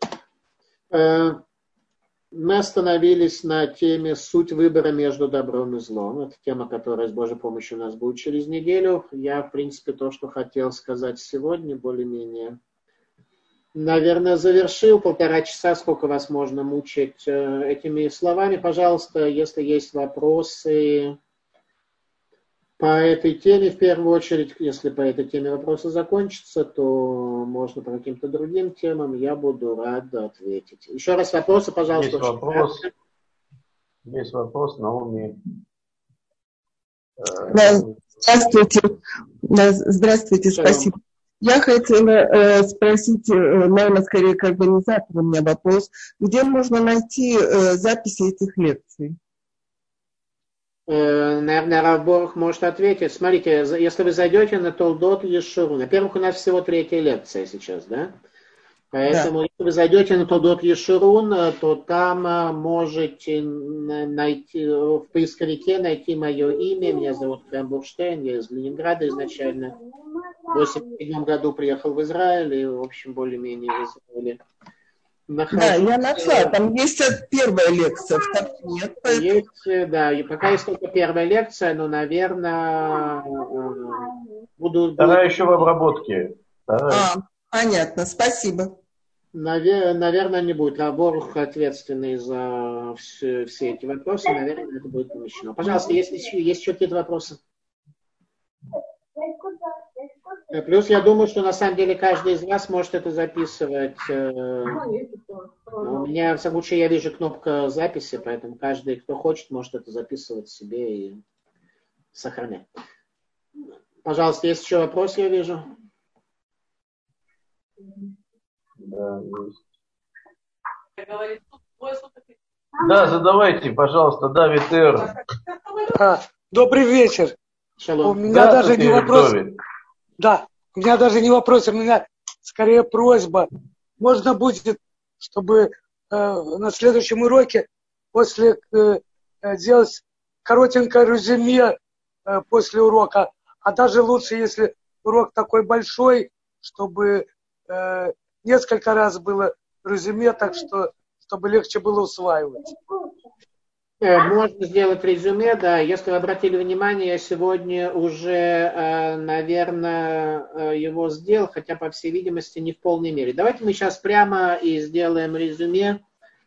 Мы остановились на теме «Суть выбора между добром и злом». Это тема, которая с Божьей помощью у нас будет через неделю. Я, в принципе, то, что хотел сказать сегодня, более-менее, наверное, завершил. Полтора часа, сколько вас можно мучить этими словами. Пожалуйста, если есть вопросы по этой теме, в первую очередь, если по этой теме вопросы закончатся, то можно по каким-то другим темам, я буду рад ответить. Еще раз вопросы, пожалуйста. Есть вопрос, есть вопрос, Наоми. Да, здравствуйте. Да, здравствуйте, Шалом. Спасибо. Я хотела э, спросить, э, наверное, скорее к организатору у меня вопрос. Где можно найти э, записи этих лекций? Наверное, Рав Борух может ответить. Смотрите, если вы зайдете на Толдот Ешурун, во-первых, у нас всего третья лекция сейчас, да? Поэтому, да. Если вы зайдете на Толдот Ешурун, то там можете найти, в поисковике найти мое имя. Меня зовут Храм Бурштейн, я из Ленинграда изначально. В восемьдесят седьмом году приехал в Израиль и, в общем, более-менее в Израиле. Нахожу. Да, я нашла. Там есть первая лекция, вторая нет. Поэтому... Есть, да, и пока есть только первая лекция, но, наверное, буду... Вторая еще в обработке. Вторая. А, понятно, спасибо. Навер... Наверное, не будет. Рав Борух ответственный за все, все эти вопросы. Наверное, это будет помещено. Пожалуйста, если есть еще какие-то вопросы. Плюс я думаю, что на самом деле каждый из вас может это записывать. У меня, в всяком случае, я вижу кнопку записи, поэтому каждый, кто хочет, может это записывать себе и сохранять. Пожалуйста, есть еще вопрос, я вижу. Да, есть. Да, задавайте, пожалуйста, Давид Эр. А, добрый вечер. Шалом. У меня даже не вопрос. Давид. Да, у меня даже не вопрос, у меня скорее просьба. Можно будет, чтобы э, на следующем уроке после э, делать коротенькое резюме э, после урока, а даже лучше, если урок такой большой, чтобы э, несколько раз было резюме, так что чтобы легче было усваивать. Можно сделать резюме, да. Если вы обратили внимание, я сегодня уже, наверное, его сделал, хотя, по всей видимости, не в полной мере. Давайте мы сейчас прямо и сделаем резюме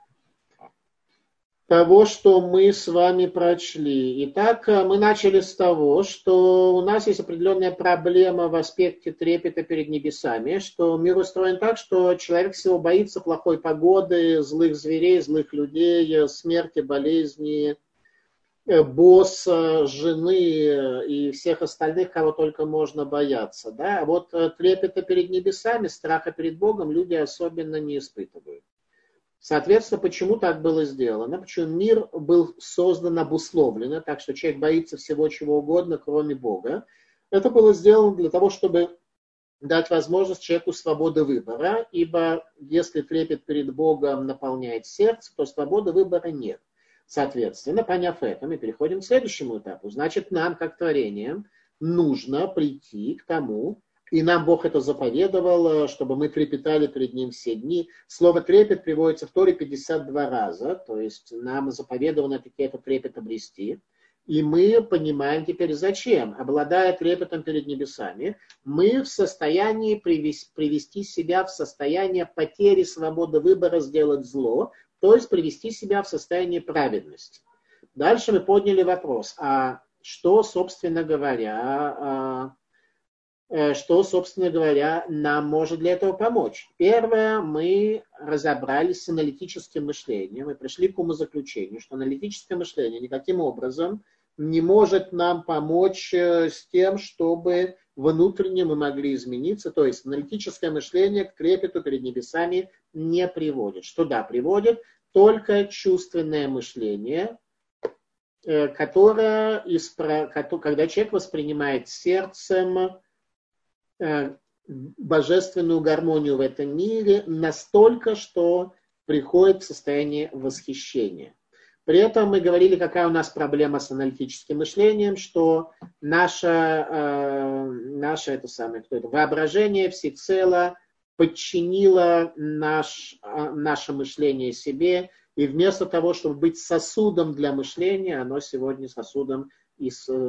того, что мы с вами прочли. Итак, мы начали с того, что у нас есть определенная проблема в аспекте трепета перед небесами, что мир устроен так, что человек всего боится плохой погоды, злых зверей, злых людей, смерти, болезни, босса, жены и всех остальных, кого только можно бояться. Да? А вот трепета перед небесами, страха перед Богом люди особенно не испытывают. Соответственно, почему так было сделано? Почему мир был создан обусловленно, так что человек боится всего чего угодно, кроме Бога. Это было сделано для того, чтобы дать возможность человеку свободы выбора, ибо если трепет перед Богом наполняет сердце, то свободы выбора нет. Соответственно, поняв это, мы переходим к следующему этапу. Значит, нам, как творениям, нужно прийти к тому, и нам Бог это заповедовал, чтобы мы трепетали перед Ним все дни. Слово «трепет» приводится в Торе пятьдесят два раза, то есть нам заповедовано таки этот трепет обрести. И мы понимаем теперь, зачем. Обладая трепетом перед небесами, мы в состоянии привести, привести себя в состояние потери свободы выбора сделать зло, то есть привести себя в состояние праведности. Дальше мы подняли вопрос, а что, собственно говоря, что, собственно говоря, нам может для этого помочь? Первое, мы разобрались с аналитическим мышлением и пришли к умозаключению, что аналитическое мышление никаким образом не может нам помочь с тем, чтобы внутренне мы могли измениться. То есть аналитическое мышление к трепету перед небесами не приводит. Что да, приводит только чувственное мышление, которое, когда человек воспринимает сердцем божественную гармонию в этом мире настолько, что приходит в состояние восхищения. При этом мы говорили, какая у нас проблема с аналитическим мышлением, что наше, э, наше это самое, кто это, воображение всецело подчинило наш, э, наше мышление себе, и вместо того, чтобы быть сосудом для мышления, оно сегодня сосудом из, э,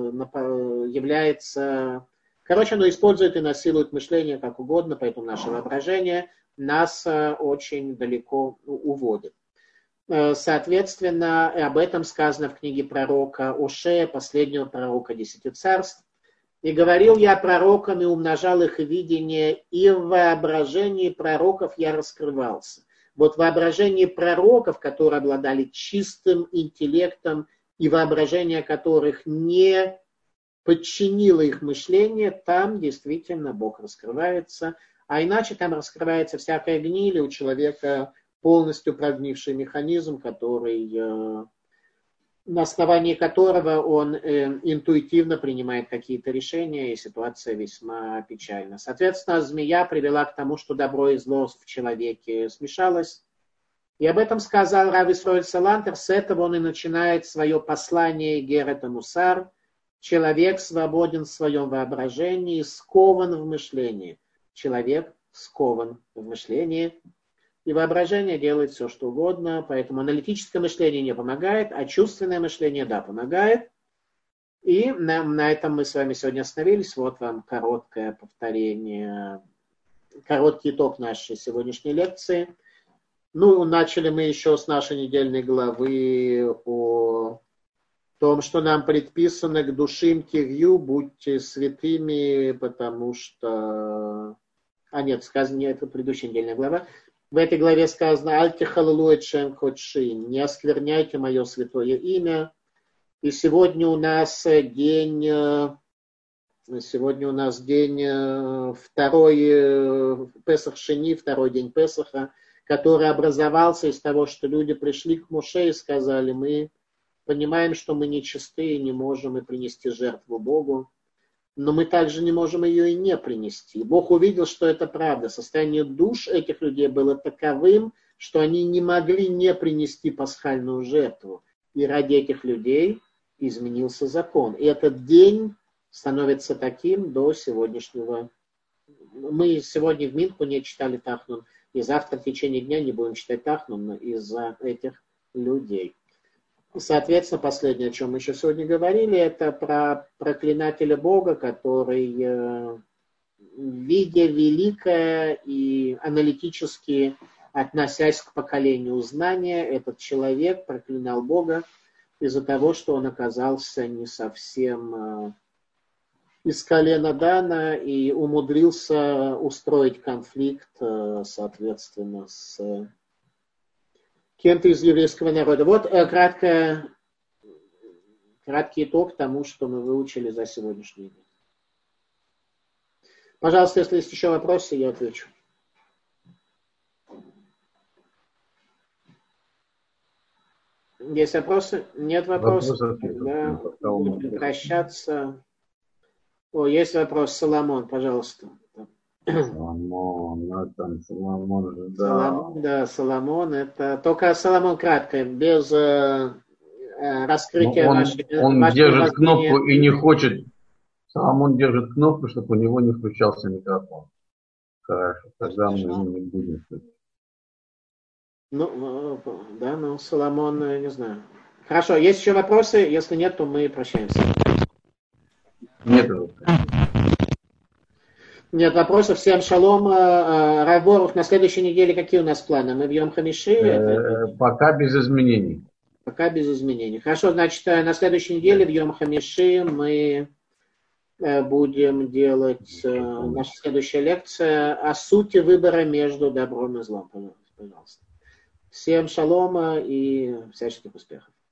является... Короче, оно использует и насилует мышление как угодно, поэтому наше воображение нас э, очень далеко уводит. Соответственно, об этом сказано в книге пророка Ошея, последнего пророка Десяти царств. «И говорил я пророкам, и умножал их видение, и в воображении пророков я раскрывался». Вот воображение пророков, которые обладали чистым интеллектом, и воображение которых не подчинило их мышление, там действительно Бог раскрывается. А иначе там раскрывается всякая гниль, у человека полностью прогнивший механизм, который, э, на основании которого он э, интуитивно принимает какие-то решения, и ситуация весьма печальна. Соответственно, змея привела к тому, что добро и зло в человеке смешалось. И об этом сказал Рав Исроэль Салантер. С этого он и начинает свое послание Герет Мусар. Человек свободен в своем воображении, скован в мышлении. Человек скован в мышлении. И воображение делает все, что угодно, поэтому аналитическое мышление не помогает, а чувственное мышление, да, помогает. И на, на этом мы с вами сегодня остановились. Вот вам короткое повторение, короткий итог нашей сегодняшней лекции. Ну, начали мы еще с нашей недельной главы о том, что нам предписано к душим кирью, будьте святыми, потому что... А нет, сказано, нет, это предыдущая недельная глава. В этой главе сказано «Альте халалуэт шем ходшим», «Не оскверняйте мое святое имя». И сегодня у нас день, сегодня у нас день второй Песах Шени, второй день Песаха, который образовался из того, что люди пришли к Моше и сказали: мы понимаем, что мы нечисты и не можем и принести жертву Богу. Но мы также не можем ее и не принести. Бог увидел, что это правда. Состояние душ этих людей было таковым, что они не могли не принести пасхальную жертву. И ради этих людей изменился закон. И этот день становится таким до сегодняшнего. Мы сегодня в Минху не читали Тахнун, и завтра в течение дня не будем читать Тахнун из-за этих людей. Соответственно, последнее, о чем мы еще сегодня говорили, это про проклинателя Бога, который, видя великое и аналитически относясь к поколению знания, этот человек проклинал Бога из-за того, что он оказался не совсем из колена Дана и умудрился устроить конфликт, соответственно, с кем-то из еврейского народа. Вот краткое, краткий итог тому, что мы выучили за сегодняшний день. Пожалуйста, если есть еще вопросы, я отвечу. Есть вопросы? Нет вопросов? Да, будем прощаться. О, есть вопрос. Соломон, пожалуйста. Соломон, ну там Соломон, да. Соломон, да, Соломон, это только Соломон кратко, без э, раскрытия он, нашей... Он нашей держит воззрения. кнопку и не хочет. Соломон держит кнопку, чтобы у него не включался микрофон. Хорошо, тогда мы не будем. Ну, да, ну, Соломон, я не знаю. Хорошо, есть еще вопросы? Если нет, то мы прощаемся. Нет. Нет вопросов. Всем шалом. Рав Боров, на следующей неделе какие у нас планы? Мы в Йом Хамиши? Э, пока без изменений. Пока без изменений. Хорошо, значит, на следующей неделе в Йом Хамиши мы будем делать наша следующая лекция о сути выбора между добром и злом. Пожалуйста. Всем шалома и всяческих успехов.